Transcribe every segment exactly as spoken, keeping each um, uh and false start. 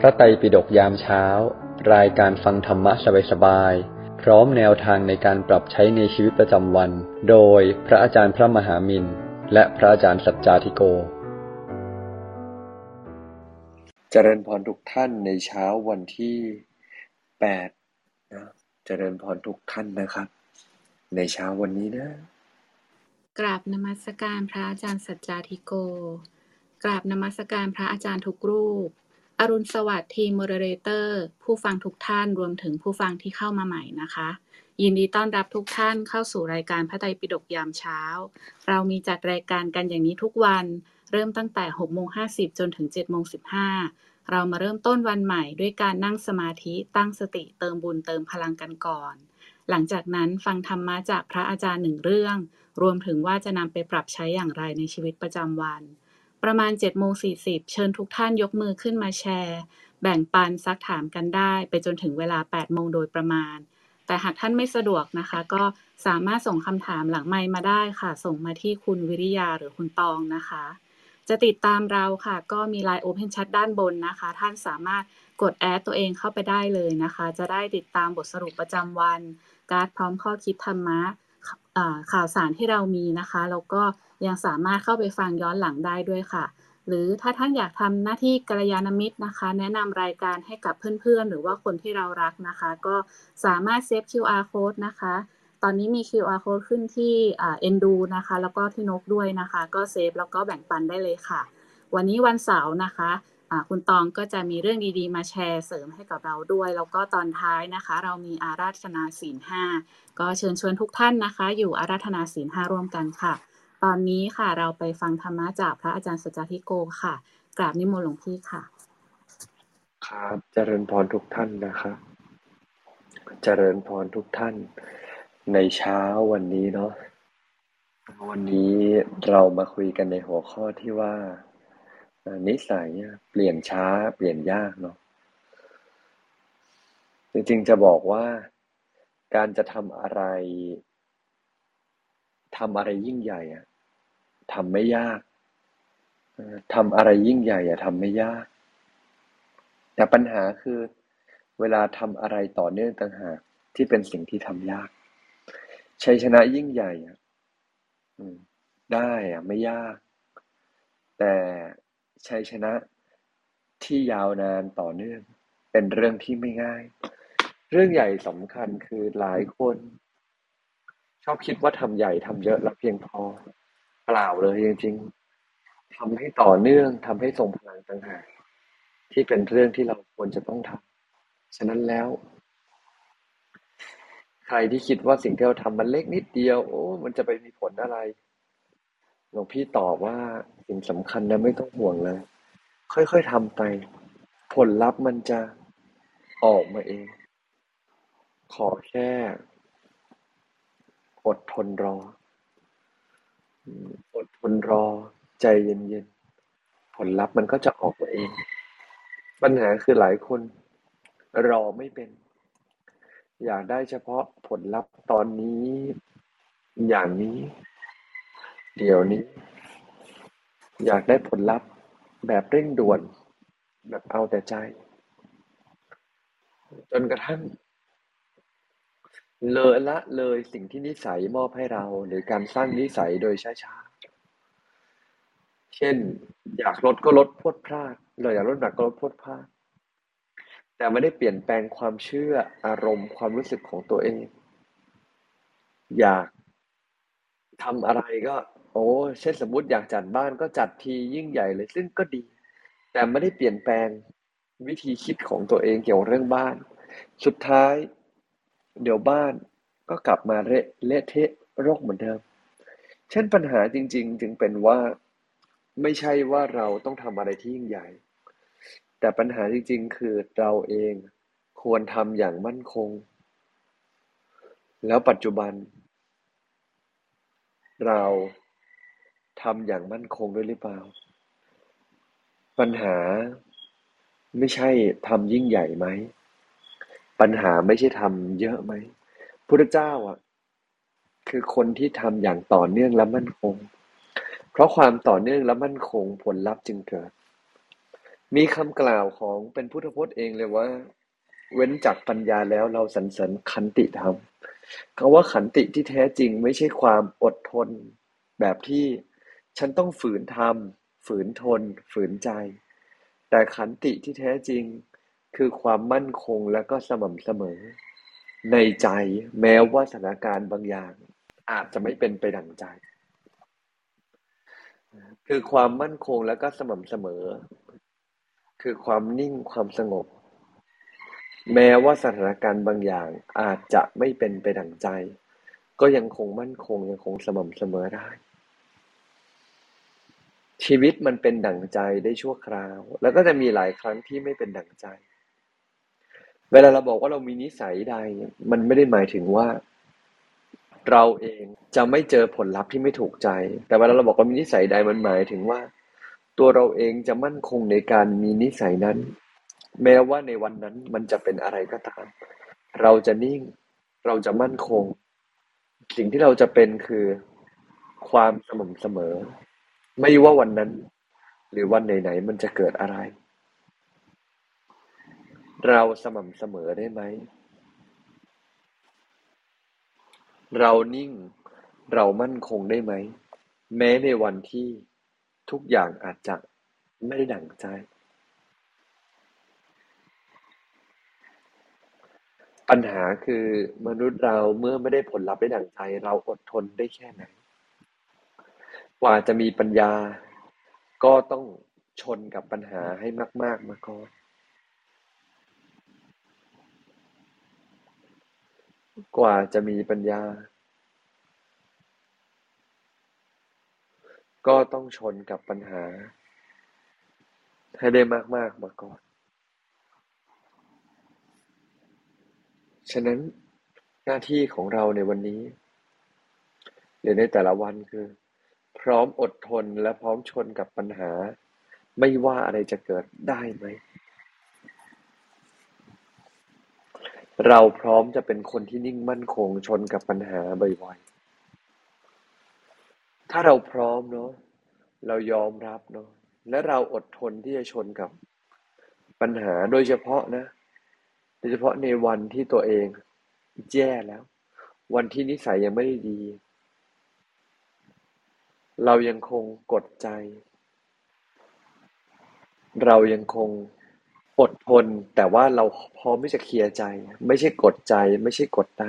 ระไตรปิฎกยามเช้ารายการฟังธรรมะสบายๆพร้อมแนวทางในการปรับใช้ในชีวิตประจำวันโดยพระอาจารย์พระมหามินและพระอาจารย์สัจจาธิโกเจริญพรทุกท่านในเช้าวันที่แปดนะเจริญพรทุกท่านนะครับในเช้าวันนี้นะกราบนมัสการพระอาจารย์สัจจาธิโกกราบนมัสการพระอาจารย์ทุกรูปอรุณสวัสดิ์ทีมโมเดเลเตอร์ผู้ฟังทุกท่านรวมถึงผู้ฟังที่เข้ามาใหม่นะคะยินดีต้อนรับทุกท่านเข้าสู่รายการพระไตรปิฎกยามเช้าเรามีจัดรายการกันอย่างนี้ทุกวันเริ่มตั้งแต่ หกโมงห้าสิบ จนถึง เจ็ดโมงสิบห้า เรามาเริ่มต้นวันใหม่ด้วยการนั่งสมาธิตั้งสติเติมบุญเติมพลังกันก่อนหลังจากนั้นฟังธรรมะจากพระอาจารย์หนึ่งเรื่องรวมถึงว่าจะนำไปปรับใช้อย่างไรในชีวิตประจำวันประมาณ เจ็ดโมงสี่สิบ เชิญทุกท่านยกมือขึ้นมาแชร์แบ่งปันซักถามกันได้ไปจนถึงเวลา แปดโมงโดยประมาณแต่หากท่านไม่สะดวกนะคะก็สามารถส่งคำถามหลังไมค์มาได้ค่ะส่งมาที่คุณวิริยาหรือคุณตองนะคะจะติดตามเราค่ะก็มี ไลน์ Open Chat ด้านบนนะคะท่านสามารถกดแอดตัวเองเข้าไปได้เลยนะคะจะได้ติดตามบทสรุปประจำวันการ์ดพร้อมข้อคิดธรรมะข่าวสารที่เรามีนะคะแล้วก็ยังสามารถเข้าไปฟังย้อนหลังได้ด้วยค่ะหรือถ้าท่านอยากทำหน้าที่กัลยาณมิตรนะคะแนะนำรายการให้กับเพื่อนๆหรือว่าคนที่เรารักนะคะก็สามารถเซฟ คิว อาร์ Code นะคะตอนนี้มี คิว อาร์ Code ขึ้นที่อ่า Endu นะคะแล้วก็ที่นกด้วยนะคะก็เซฟแล้วก็แบ่งปันได้เลยค่ะวันนี้วันเสาร์นะคะคุณตองก็จะมีเรื่องดีๆมาแชร์เสริมให้กับเราด้วยแล้วก็ตอนท้ายนะคะเรามีอาราธนาศีลห้าก็เชิญชวนทุกท่านนะคะอยู่อาราธนาศีลห้าร่วมกันค่ะตอนนี้ค่ะเราไปฟังธรรมะจากพระอาจารย์สัจจาธิโกค่ะกราบนิมนต์หลวงพี่ค่ะครับเจริญพรทุกท่านนะครับเจริญพรทุกท่านในเช้าวันนี้เนาะวันนี้เรามาคุยกันในหัวข้อที่ว่านิสัยเปลี่ยนช้าเปลี่ยนยากเนาะจริงๆจะบอกว่าการจะทำอะไรทำอะไรยิ่งใหญ่อะทำไม่ยากทำอะไรยิ่งใหญ่อะทำไม่ยากแต่ปัญหาคือเวลาทำอะไรต่อเนื่องต่างหากที่เป็นสิ่งที่ทำยากชัยชนะยิ่งใหญ่อะได้อะไม่ยากแต่ชัยชนะที่ยาวนานต่อเนื่องเป็นเรื่องที่ไม่ง่ายเรื่องใหญ่สำคัญคือหลายคนชอบคิดว่าทำใหญ่ทำเยอะแล้วเพียงพอเปล่าเลยจริงๆทำให้ต่อเนื่องทำให้ทรงพลังต่างหากที่เป็นเรื่องที่เราควรจะต้องทำฉะนั้นแล้วใครที่คิดว่าสิ่งที่เราทำมันเล็กนิดเดียวโอ้มันจะไปมีผลอะไรหลวงพี่ตอบว่าสิ่งสำคัญนะไม่ต้องห่วงเลยค่อยๆทำไปผลลัพธ์มันจะออกมาเองขอแค่อดทนรออดทนรอใจเย็นๆผลลัพธ์มันก็จะออกมาเองปัญหาคือหลายคนรอไม่เป็นอยากได้เฉพาะผลลัพธ์ตอนนี้อย่างนี้เดี๋ยวนี้อยากได้ผลลัพธ์แบบเร่งด่วนแบบเอาแต่ใจจนกระทั่งเลยละเลยสิ่งที่นิสัยมอบให้เราหรือการสร้างนิสัยโดยช้าๆเช่นอยากลดก็ลดพรวดพราดเราอยากลดหนักก็ลดพรวดพราดแต่ไม่ได้เปลี่ยนแปลงความเชื่ออารมณ์ความรู้สึกของตัวเองอยากทำอะไรก็โอ้เช่นสมมุติอยากจัดบ้านก็จัดทียิ่งใหญ่เลยซึ่งก็ดีแต่ไม่ได้เปลี่ยนแปลงวิธีคิดของตัวเองเกี่ยวกับเรื่องบ้านสุดท้ายเดี๋ยวบ้านก็กลับมาเละเละเทะรกเหมือนเดิมเช่นปัญหาจริงๆจึงเป็นว่าไม่ใช่ว่าเราต้องทำอะไรที่ยิ่งใหญ่แต่ปัญหาจริงๆคือเราเองควรทำอย่างมั่นคงแล้วปัจจุบันเราทำอย่างมั่นคงด้วยหรือเปล่าปัญหาไม่ใช่ทำยิ่งใหญ่ไหมปัญหาไม่ใช่ทำเยอะไหมพุทธเจ้าอ่ะคือคนที่ทำอย่างต่อเนื่องและมั่นคงเพราะความต่อเนื่องและมั่นคงผลลัพธ์จึงเกิดมีคำกล่าวของเป็นพุทธพจน์เองเลยว่าเว้นจากปัญญาแล้วเราสรรเสริญขันติธรรมคำว่าขันติที่แท้จริงไม่ใช่ความอดทนแบบที่ฉันต้องฝืนทำฝืนทนฝืนใจแต่ขันติที่แท้จริงคือความมั่นคงและก็สม่ำเสมอในใจแม้ว่าสถานการณ์บางอย่างอาจจะไม่เป็นไปดั่งใจคือความมั่นคงและก็สม่ำเสมอคือความนิ่งความสงบแม้ว่าสถานการณ์บางอย่างอาจจะไม่เป็นไปดั่งใจก็ยังคงมั่นคงยังคงสม่ำเสมอได้ชีวิตมันเป็นดั่งใจได้ชั่วคราวแล้วก็จะมีหลายครั้งที่ไม่เป็นดั่งใจเวลาเราบอกว่าเรามีนิสัยใดมันไม่ได้หมายถึงว่าเราเองจะไม่เจอผลลัพธ์ที่ไม่ถูกใจแต่เวลาเราบอกว่ามีนิสัยใดมันหมายถึงว่าตัวเราเองจะมั่นคงในการมีนิสัยนั้นแม้ว่าในวันนั้นมันจะเป็นอะไรก็ตามเราจะนิ่งเราจะมั่นคงสิ่งที่เราจะเป็นคือความสม่ำเสมอไม่ว่าวันนั้นหรือวันไหนๆมันจะเกิดอะไรเราสม่ำเสมอได้ไหมเรานิ่งเรามั่นคงได้ไหมแม้ในวันที่ทุกอย่างอาจจะไม่ได้ดั่งใจปัญหาคือมนุษย์เราเมื่อไม่ได้ผลลัพธ์ได้ดั่งใจเราอดทนได้แค่ไหนกว่าจะมีปัญญาก็ต้องชนกับปัญหาให้มากๆมาก่อนกว่าจะมีปัญญาก็ต้องชนกับปัญหาให้ได้มากๆมาก่อนฉะนั้นหน้าที่ของเราในวันนี้หรือในแต่ละวันคือพร้อมอดทนและพร้อมชนกับปัญหาไม่ว่าอะไรจะเกิดได้ไหมเราพร้อมจะเป็นคนที่นิ่งมั่นคงชนกับปัญหาบ่อยๆถ้าเราพร้อมเนาะเรายอมรับเนาะและเราอดทนที่จะชนกับปัญหาโดยเฉพาะนะโดยเฉพาะในวันที่ตัวเองแย่แล้ววันที่นิสัยยังไม่ได้ดีเรายังคงกดใจเรายังคงอดทนแต่ว่าเราพร้อมที่จะเคลียร์ใจไม่ใช่กดใจไม่ใช่กดดัน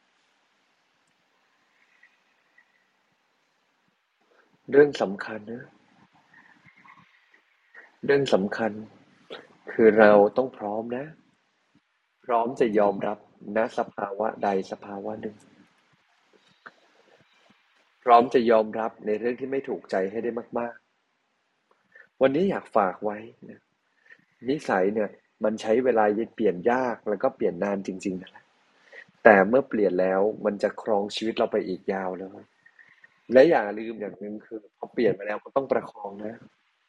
เรื่องสำคัญนะเรื่องสำคัญคือเราต้องพร้อมนะพร้อมจะยอมรับณสภาวะใดสภาวะหนึ่งพร้อมจะยอมรับในเรื่องที่ไม่ถูกใจให้ได้มากๆวันนี้อยากฝากไว้นะนิสัยเนี่ยมันใช้เวลาเปลี่ยนยากแล้วก็เปลี่ยนนานจริงๆนั่นแหละแต่เมื่อเปลี่ยนแล้วมันจะครองชีวิตเราไปอีกยาวเลยและอย่าลืมอย่างหนึ่งคือพอเปลี่ยนไปแล้วก็ต้องประคองนะ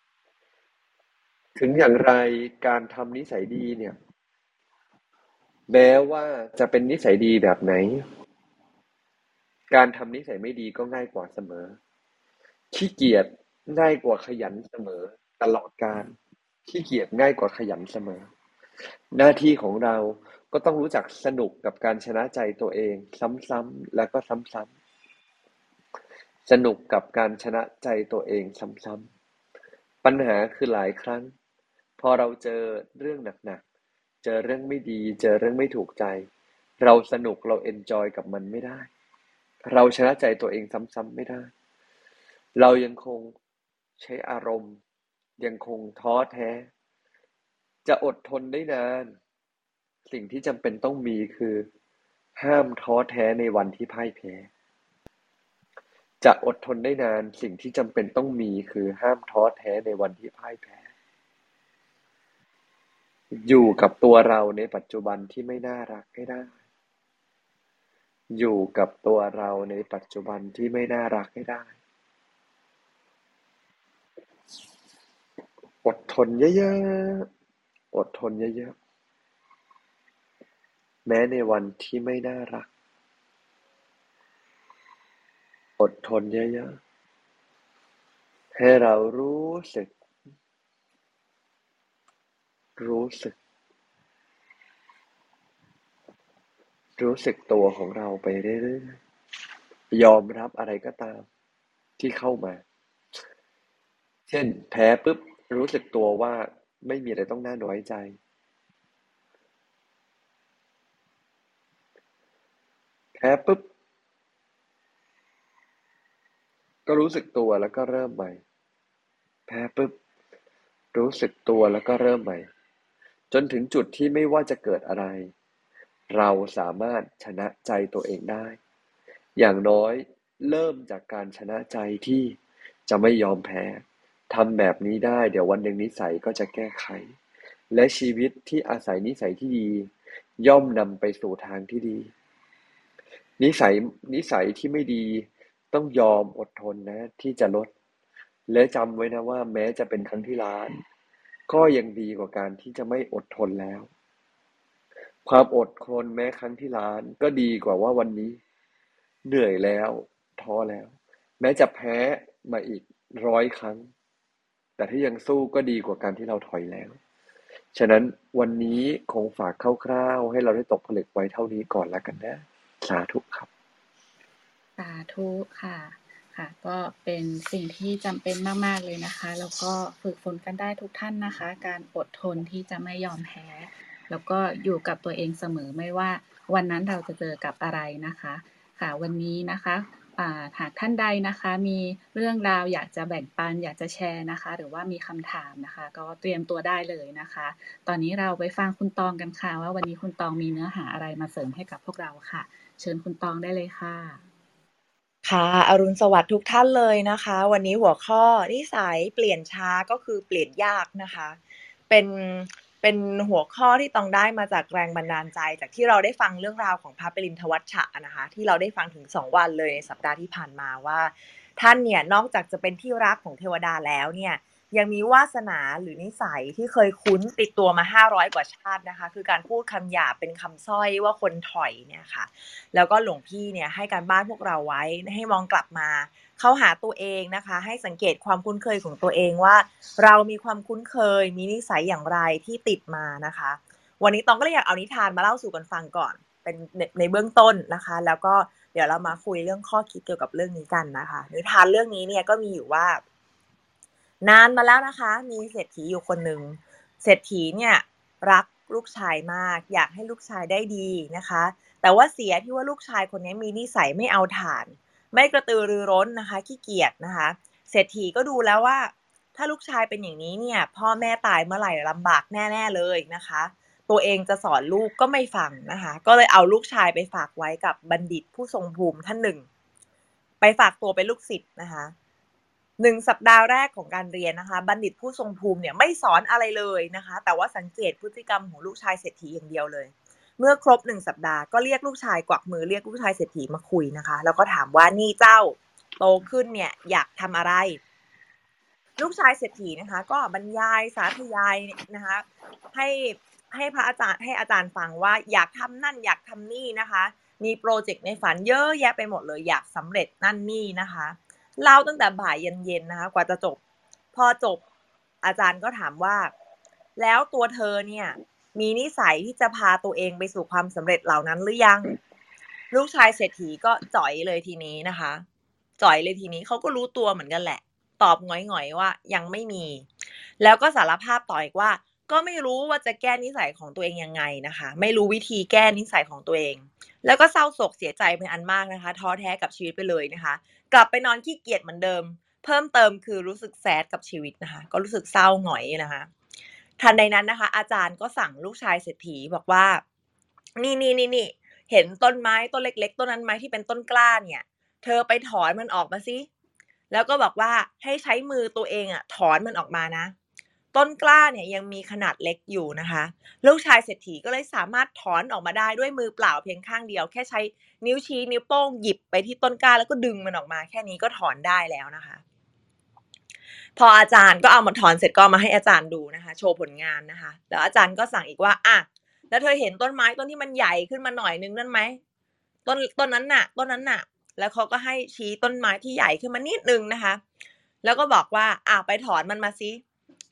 ถึงอย่างไรการทำนิสัยดีเนี่ยแม้ว่าจะเป็นนิสัยดีแบบไหนการทำนิสัยไม่ดีก็ง่ายกว่าเสมอขี้เกียจง่ายกว่าขยันเสมอตลอดกาลขี้เกียจง่ายกว่าขยันเสมอหน้าที่ของเราก็ต้องรู้จักสนุกกับการชนะใจตัวเองซ้ำๆและก็ซ้ำๆสนุกกับการชนะใจตัวเองซ้ำๆปัญหาคือหลายครั้งพอเราเจอเรื่องหนักๆเจอเรื่องไม่ดีเจอเรื่องไม่ถูกใจเราสนุกเราเอนจอยกับมันไม่ได้เราชนะใจตัวเองซ้ำๆไม่ได้เรายังคงใช้อารมณ์ยังคงท้อแท้จะอดทนได้นานสิ่งที่จำเป็นต้องมีคือห้ามท้อแท้ในวันที่พ่ายแพ้จะอดทนได้นานสิ่งที่จำเป็นต้องมีคือห้ามท้อแท้ในวันที่พ่ายแพ้อยู่กับตัวเราในปัจจุบันที่ไม่น่ารักให้ได้อยู่กับตัวเราในปัจจุบันที่ไม่น่ารักให้ได้อดทนเยอะๆอดทนเยอะๆแม้ในวันที่ไม่น่ารักอดทนเยอะๆให้เรารู้สึกรู้สึกรู้สึกตัวของเราไปเรื่อยๆยอมรับอะไรก็ตามที่เข้ามาเช่นแพ้ปุ๊บรู้สึกตัวว่าไม่มีอะไรต้องน่าน้อยใจแพ้ปุ๊บก็รู้สึกตัวแล้วก็เริ่มใหม่แพ้ปุ๊บรู้สึกตัวแล้วก็เริ่มใหม่จนถึงจุดที่ไม่ว่าจะเกิดอะไรเราสามารถชนะใจตัวเองได้อย่างน้อยเริ่มจากการชนะใจที่จะไม่ยอมแพ้ทำแบบนี้ได้เดี๋ยววันหนึ่งนิสัยก็จะแก้ไขและชีวิตที่อาศัยนิสัยที่ดีย่อมนำไปสู่ทางที่ดีนิสัยนิสัยที่ไม่ดีต้องยอมอดทนนะที่จะลดและจำไว้นะว่าแม้จะเป็นครั้งที่ล้านก็ยังดีกว่าการที่จะไม่อดทนแล้วความอดทนแม้ครั้งที่ล้านก็ดีกว่าว่าวันนี้เหนื่อยแล้วท้อแล้วแม้จะแพ้มาอีกร้อยครั้งแต่ถ้ายังสู้ก็ดีกว่าการที่เราถอยแล้วฉะนั้นวันนี้คงฝากคร่าวๆให้เราได้ตกผลึกไว้เท่านี้ก่อนแล้วกันนะสาธุครับสาธุค่ะค่ะก็เป็นสิ่งที่จำเป็นมากๆเลยนะคะแล้วก็ฝึกฝนกันได้ทุกท่านนะคะการอดทนที่จะไม่ยอมแพ้แล้วก็อยู่กับตัวเองเสมอไม่ว่าวันนั้นเราจะเจอกับอะไรนะคะค่ะวันนี้นะคะอ่าหากท่านใดนะคะมีเรื่องราวอยากจะแบ่งปันอยากจะแชร์นะคะหรือว่ามีคำถามนะคะก็เตรียมตัวได้เลยนะคะตอนนี้เราไปฟังคุณตองกันค่ะว่าวันนี้คุณตองมีเนื้อหาอะไรมาเสริมให้กับพวกเราค่ะเชิญคุณตองได้เลยค่ะค่ะอรุณสวัสดิ์ทุกท่านเลยนะคะวันนี้หัวข้อนิสัยเปลี่ยนช้าก็คือเปลี่ยนยากนะคะเป็นเป็นหัวข้อที่ต้องได้มาจากแรงบันดาลใจจากที่เราได้ฟังเรื่องราวของพระปริณฑวัชชะนะคะที่เราได้ฟังถึงสองวันเลยในสัปดาห์ที่ผ่านมาว่าท่านเนี่ยนอกจากจะเป็นที่รักของเทวดาแล้วเนี่ยยังมีวาสนาหรือนิสัยที่เคยคุ้นติดตัวมาห้าร้อยกว่าชาตินะคะคือการพูดคำหยาบเป็นคำสร้อยว่าคนถอยเนี่ยค่ะแล้วก็หลวงพี่เนี่ยให้การบ้านพวกเราไว้ให้มองกลับมาเข้าหาตัวเองนะคะให้สังเกตความคุ้นเคยของตัวเองว่าเรามีความคุ้นเคยมีนิสัยอย่างไรที่ติดมานะคะวันนี้ตองก็เลยอยากเอานิทานมาเล่าสู่กันฟังก่อนเป็นในเบื้องต้นนะคะแล้วก็เดี๋ยวเรามาคุยเรื่องข้อคิดเกี่ยวกับเรื่องนี้กันนะคะนิทานเรื่องนี้เนี่ยก็มีอยู่ว่านานมาแล้วนะคะมีเศรษฐีอยู่คนหนึ่งเศรษฐีเนี่ยรักลูกชายมากอยากให้ลูกชายได้ดีนะคะแต่ว่าเสียที่ว่าลูกชายคนนี้มีนิสัยไม่เอาถ่านไม่กระตือรือร้นนะคะขี้เกียจนะคะเศรษฐีก็ดูแล้วว่าถ้าลูกชายเป็นอย่างนี้เนี่ยพ่อแม่ตายเมื่อไหร่ลำบากแน่ๆเลยนะคะตัวเองจะสอนลูกก็ไม่ฟังนะคะก็เลยเอาลูกชายไปฝากไว้กับบัณฑิตผู้ทรงภูมิท่านหนึ่งไปฝากตัวเป็นลูกศิษย์นะคะหนึ่งสัปดาห์แรกของการเรียนนะคะบัณฑิตผู้ทรงภูมิเนี่ยไม่สอนอะไรเลยนะคะแต่ว่าสังเกตพฤติกรรมของลูกชายเศรษฐีอย่างเดียวเลยเมื่อครบหนึ่งสัปดาห์ก็เรียกลูกชายกวักมือเรียกลูกชายเศรษฐีมาคุยนะคะแล้วก็ถามว่านี่เจ้าโตขึ้นเนี่ยอยากทำอะไรลูกชายเศรษฐีนะคะก็บรรยายสาธยายนะคะให้ให้พระอาจารย์ให้อาจารย์ฟังว่าอยากทำนั่นอยากทำนี่นะคะมีโปรเจกต์ในฝันเยอะแยะไปหมดเลยอยากสำเร็จนั่นนี่นะคะเล่าตั้งแต่บ่ายเย็นๆนะคะกว่าจะจบพอจบอาจารย์ก็ถามว่าแล้วตัวเธอเนี่ยมีนิสัยที่จะพาตัวเองไปสู่ความสำเร็จเหล่านั้นหรือยังลูกชายเศรษฐีก็จ่อยเลยทีนี้นะคะจ่อยเลยทีนี้เขาก็รู้ตัวเหมือนกันแหละตอบหงอยๆว่ายังไม่มีแล้วก็สารภาพต่ออีกว่าก็ไม่รู้ว่าจะแก้นิสัยของตัวเองยังไงนะคะไม่รู้วิธีแก้นิสัยของตัวเองแล้วก็เศร้าโศกเสียใจเป็นอันมากนะคะท้อแท้กับชีวิตไปเลยนะคะกลับไปนอนขี้เกียจเหมือนเดิมเพิ่มเติมคือรู้สึกแซดกับชีวิตนะคะก็รู้สึกเศร้าหงอยนะคะทันใดนั้นนะคะอาจารย์ก็สั่งลูกชายเศรษฐีบอกว่านี่นี่นี่นี่เห็นต้นไม้ต้นเล็กๆต้นนั้นไหมที่เป็นต้นกล้าเนี่ยเธอไปถอนมันออกมาสิแล้วก็บอกว่าให้ใช้มือตัวเองอะถอนมันออกมานะต้นกล้าเนี่ยยังมีขนาดเล็กอยู่นะคะลูกชายเศรษฐีก็เลยสามารถถอนออกมาได้ด้วยมือเปล่าเพียงข้างเดียวแค่ใช้นิ้วชี้นิ้วโป้งหยิบไปที่ต้นกล้าแล้วก็ดึงมันออกมาแค่นี้ก็ถอนได้แล้วนะคะพออาจารย์ก็เอามาถอนเสร็จก็มาให้อาจารย์ดูนะคะโชว์ผลงานนะคะแล้วอาจารย์ก็สั่งอีกว่าอ่ะแล้วเธอเห็นต้นไม้ต้นที่มันใหญ่ขึ้นมาหน่อยนึงนั่นไหมต้นต้นนั้นน่ะต้นนั้นน่ะแล้วเขาก็ให้ชี้ต้นไม้ที่ใหญ่ขึ้นมานิดนึงนะคะแล้วก็บอกว่าอ่ะไปถอนมันมาสิ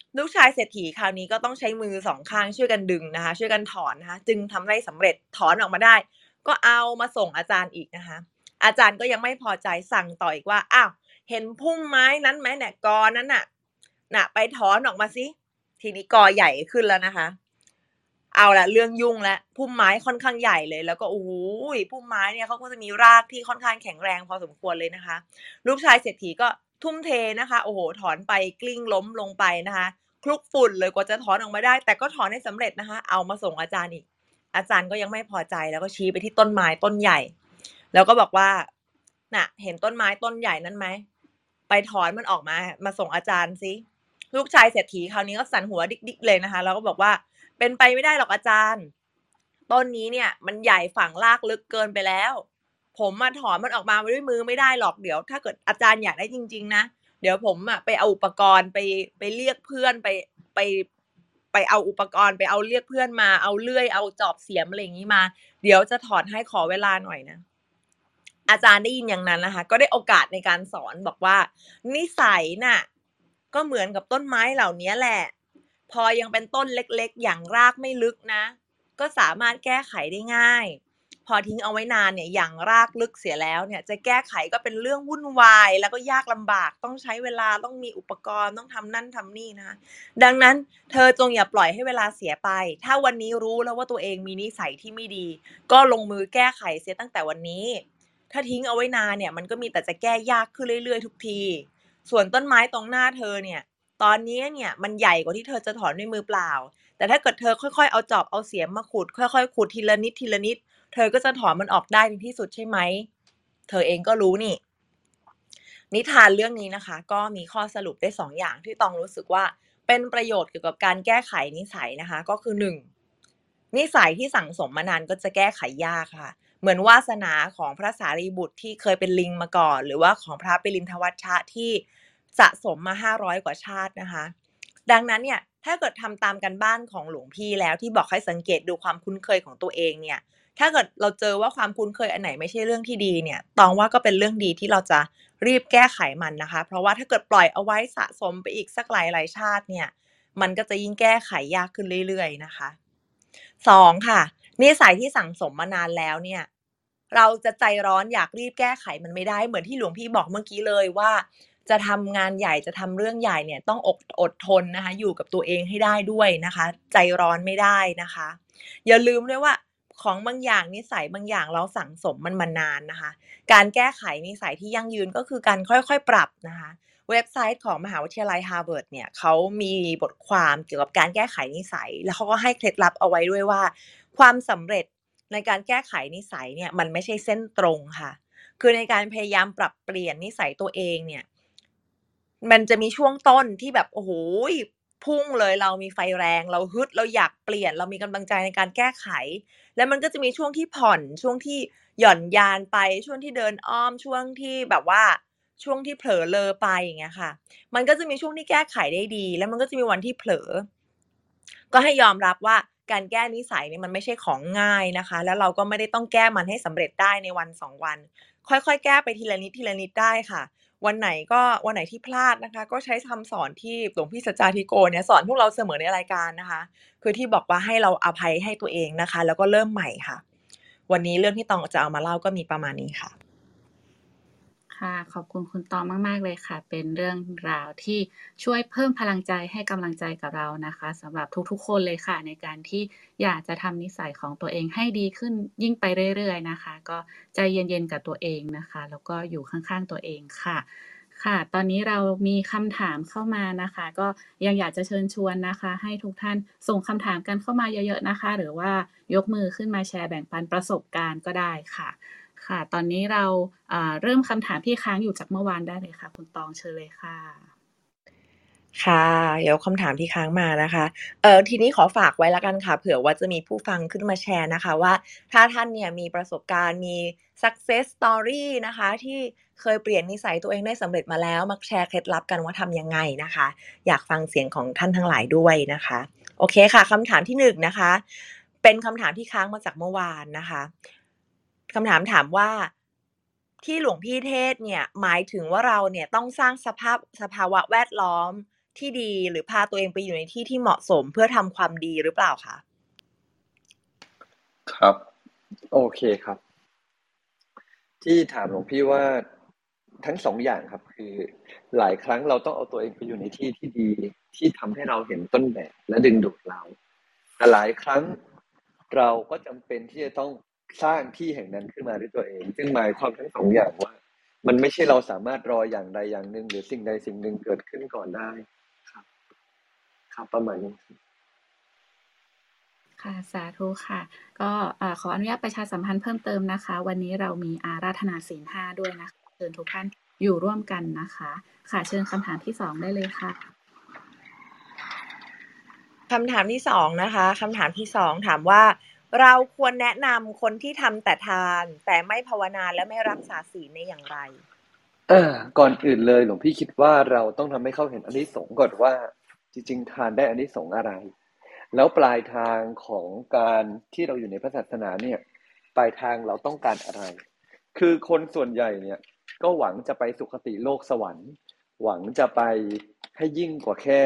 ลูกชายเศรษฐีคราวนี้ก็ต้องใช้มือสองข้างช่วยกันดึงนะคะช่วยกันถอนนะคะจึงทำได้สำเร็จถอนออกมาได้ก็เอามาส่งอาจารย์อีกนะคะอาจารย์ก็ยังไม่พอใจสั่งต่ออีกว่าอ้าวเห็นพุ่มไม้นั้นไหมเนี่ยกอนั้นน่ะน่ะไปถอนออกมาสิทีนี้กอใหญ่ขึ้นแล้วนะคะเอาละเรื่องยุ่งแล้วพุ่มไม้ค่อนข้างใหญ่เลยแล้วก็โอ้โหพุ่มไม้เนี่ยเขาก็จะมีรากที่ค่อนข้างแข็งแรงพอสมควรเลยนะคะลูกชายเศรษฐีก็ทุ่มเทนะคะโอ้โหถอนไปกลิ้งล้มลงไปนะคะคลุกฝุ่นเลยกว่าจะถอนออกมาได้แต่ก็ถอนได้สำเร็จนะคะเอามาส่งอาจารย์อีกอาจารย์ก็ยังไม่พอใจแล้วก็ชี้ไปที่ต้นไม้ต้นใหญ่แล้วก็บอกว่าน่ะเห็นต้นไม้ต้นใหญ่นั้นไหมไปถอนมันออกมามาส่งอาจารย์สิลูกชายเศรษฐีคราวนี้ก็สั่นหัวดิ๊กๆเลยนะคะแล้วก็บอกว่าเป็นไปไม่ได้หรอกอาจารย์ต้นนี้เนี่ยมันใหญ่ฝังรากลึกเกินไปแล้วผมมาถอนมันออกมาด้วยมือไม่ได้หรอกเดี๋ยวถ้าเกิดอาจารย์อยากได้จริงๆนะเดี๋ยวผมอ่ะไปเอาอุปกรณ์ไปไปเรียกเพื่อนไปไปไปเอาอุปกรณ์ไปเอาเรียกเพื่อนมาเอาเลื่อยเอาจอบเสียมอะไรอย่างนี้มาเดี๋ยวจะถอนให้ขอเวลาหน่อยนะอาจารย์ได้ยินอย่างนั้นนะคะก็ได้โอกาสในการสอนบอกว่านิสัยน่ะก็เหมือนกับต้นไม้เหล่านี้แหละพอยังเป็นต้นเล็กๆอย่างรากไม่ลึกนะก็สามารถแก้ไขได้ง่ายพอทิ้งเอาไว้นานเนี่ยอย่างรากลึกเสียแล้วเนี่ยจะแก้ไขก็เป็นเรื่องวุ่นวายแล้วก็ยากลำบากต้องใช้เวลาต้องมีอุปกรณ์ต้องทำนั่นทำนี่นะคะดังนั้นเธอจงอย่าปล่อยให้เวลาเสียไปถ้าวันนี้รู้แล้วว่าตัวเองมีนิสัยที่ไม่ดีก็ลงมือแก้ไขเสียตั้งแต่วันนี้ถ้าทิ้งเอาไว้นานเนี่ยมันก็มีแต่จะแก้ยากขึ้นเรื่อยๆทุกทีส่วนต้นไม้ตรงหน้าเธอเนี่ยตอนนี้เนี่ยมันใหญ่กว่าที่เธอจะถอนด้วยมือเปล่าแต่ถ้าเกิดเธอค่อยๆเอาจอบเอาเสียมมาขุดค่อยๆขุดทีละนิดทีละนิดเธอก็จะถอนมันออกได้ในที่สุดใช่ไหมเธอเองก็รู้นี่นิทานเรื่องนี้นะคะก็มีข้อสรุปได้สองอย่างที่ตองรู้สึกว่าเป็นประโยชน์เกี่ยวกับการแก้ไขนิสัยนะคะก็คือหนึ่งนิสัยที่สั่งสมมานานก็จะแก้ไขยากค่ะเหมือนวาสนาของพระสารีบุตรที่เคยเป็นลิงมาก่อนหรือว่าของพระปริณฑวัชชะที่สะสมมาห้าร้อยกว่าชาตินะคะดังนั้นเนี่ยถ้าเกิดทำตามกันบ้านของหลวงพี่แล้วที่บอกให้สังเกตดูความคุ้นเคยของตัวเองเนี่ยถ้าเกิดเราเจอว่าความคุ้นเคยอันไหนไม่ใช่เรื่องที่ดีเนี่ยตองว่าก็เป็นเรื่องดีที่เราจะรีบแก้ไขมันนะคะเพราะว่าถ้าเกิดปล่อยเอาไว้สะสมไปอีกสักหลายๆชาติเนี่ยมันก็จะยิ่งแก้ไขยากขึ้นเรื่อยๆนะคะสองค่ะนิสัยที่สั่งสมมานานแล้วเนี่ยเราจะใจร้อนอยากรีบแก้ไขมันไม่ได้เหมือนที่หลวงพี่บอกเมื่อกี้เลยว่าจะทำงานใหญ่จะทำเรื่องใหญ่เนี่ยต้องอดอดทนนะคะอยู่กับตัวเองให้ได้ด้วยนะคะใจร้อนไม่ได้นะคะอย่าลืมด้วยว่าของบางอย่างนิสัยบางอย่างเราสั่งสมมันมานานนะคะการแก้ไขนิสัยที่ยั่งยืนก็คือการค่อยๆปรับนะคะเว็บไซต์ของมหาวิทยาลัย Harvard เนี่ยเขามีบทความเกี่ยวกับการแก้ไขนิสัยแล้วเขาก็ให้เคล็ดลับเอาไว้ด้วยว่าความสำเร็จในการแก้ไขนิสัยเนี่ยมันไม่ใช่เส้นตรงค่ะคือในการพยายามปรับเปลี่ยนนิสัยตัวเองเนี่ยมันจะมีช่วงต้นที่แบบโอ้โหพุ่งเลยเรามีไฟแรงเราฮึดเราอยากเปลี่ยนเรามีกำลังใจในการแก้ไขแล้วมันก็จะมีช่วงที่ผ่อนช่วงที่หย่อนยานไปช่วงที่เดินอ้อมช่วงที่แบบว่าช่วงที่เผลอเลอไปอย่างเงี้ยค่ะมันก็จะมีช่วงที่แก้ไขได้ดีแล้วมันก็จะมีวันที่เผลอก็ให้ยอมรับว่าการแก้นิสัยเนี่ยมันไม่ใช่ของง่ายนะคะแล้วเราก็ไม่ได้ต้องแก้มันให้สำเร็จได้ในวันสองวันค่อยๆแก้ไปทีละนิดทีละนิดได้ค่ะวันไหนก็วันไหนที่พลาดนะคะก็ใช้คำสอนที่หลวงพี่สัจจาธิโกเนี่ยสอนพวกเราเสมอในรายการนะคะคือที่บอกว่าให้เราอภัยให้ตัวเองนะคะแล้วก็เริ่มใหม่ค่ะวันนี้เรื่องที่ตองจะเอามาเล่าก็มีประมาณนี้ค่ะค่ะขอบคุณคุณตองมากๆเลยค่ะเป็นเรื่องราวที่ช่วยเพิ่มพลังใจให้กำลังใจกับเรานะคะสำหรับทุกๆคนเลยค่ะในการที่อยากจะทำนิสัยของตัวเองให้ดีขึ้นยิ่งไปเรื่อยๆนะคะก็ใจเย็นๆกับตัวเองนะคะแล้วก็อยู่ข้างๆตัวเองค่ะค่ะตอนนี้เรามีคำถามเข้ามานะคะก็ยังอยากจะเชิญชวนนะคะให้ทุกท่านส่งคำถามกันเข้ามาเยอะๆนะคะหรือว่ายกมือขึ้นมาแชร์แบ่งปันประสบการณ์ก็ได้ค่ะค่ะตอนนี้เราเริ่มคำถามที่ค้างอยู่จากเมื่อวานได้เลยค่ะคุณตองเชิญเลยค่ะค่ะเดี๋ยวคำถามที่ค้างมานะคะเอ่อทีนี้ขอฝากไว้แล้วกันค่ะเผื่อว่าจะมีผู้ฟังขึ้นมาแชร์นะคะว่าถ้าท่านเนี่ยมีประสบการณ์มี success story นะคะที่เคยเปลี่ยนนิสัยตัวเองได้สำเร็จมาแล้วมาแชร์เคล็ดลับกันว่าทำยังไงนะคะอยากฟังเสียงของท่านทั้งหลายด้วยนะคะโอเคค่ะคำถามที่หนึ่งนะคะเป็นคำถามที่ค้างมาจากเมื่อวานนะคะคำถามถามว่าที่หลวงพี่เทศเนี่ยหมายถึงว่าเราเนี่ยต้องสร้างสภาพสภาวะแวดล้อมที่ดีหรือพาตัวเองไปอยู่ในที่ที่เหมาะสมเพื่อทำความดีหรือเปล่าคะครับโอเคครับที่ถามหลวงพี่ว่าทั้งสองอย่างครับคือหลายครั้งเราต้องเอาตัวเองไปอยู่ในที่ที่ดีที่ทำให้เราเห็นต้นแบบและดึงดูดเราแต่หลายครั้งเราก็จำเป็นที่จะต้องสร้างที่แห่งนั้นขึ้นมาด้วยตัวเองซึ่งหมายความทั้งสองอย่างว่ามันไม่ใช่เราสามารถรออย่างใดอย่างหนึ่งหรือสิ่งใดสิ่งหนึ่งเกิดขึ้นก่อนได้ครับครับประมาณนี้ค่ะสาธุค่ะก็ขออนุญาตประชาสัมพันธ์เพิ่มเติมนะคะวันนี้เรามีอาราธนาศีลห้าด้วยนะคะเชิญทุกท่านอยู่ร่วมกันนะคะค่ะเชิญคำถามที่สองได้เลยค่ะคำถามที่สองนะคะคำถามที่สองถามว่าเราควรแนะนำคนที่ทำแต่ทานแต่ไม่ภาวนาและไม่รักษาศีลในอย่างไรอ่าก่อนอื่นเลยหลวงพี่คิดว่าเราต้องทำให้เขาเห็นอานิสงส์ก่อนว่าจริงๆทานได้อานิสงส์อะไรแล้วปลายทางของการที่เราอยู่ในพระศาสนาเนี่ยปลายทางเราต้องการอะไรคือคนส่วนใหญ่เนี่ยก็หวังจะไปสุคติโลกสวรรค์หวังจะไปให้ยิ่งกว่าแค่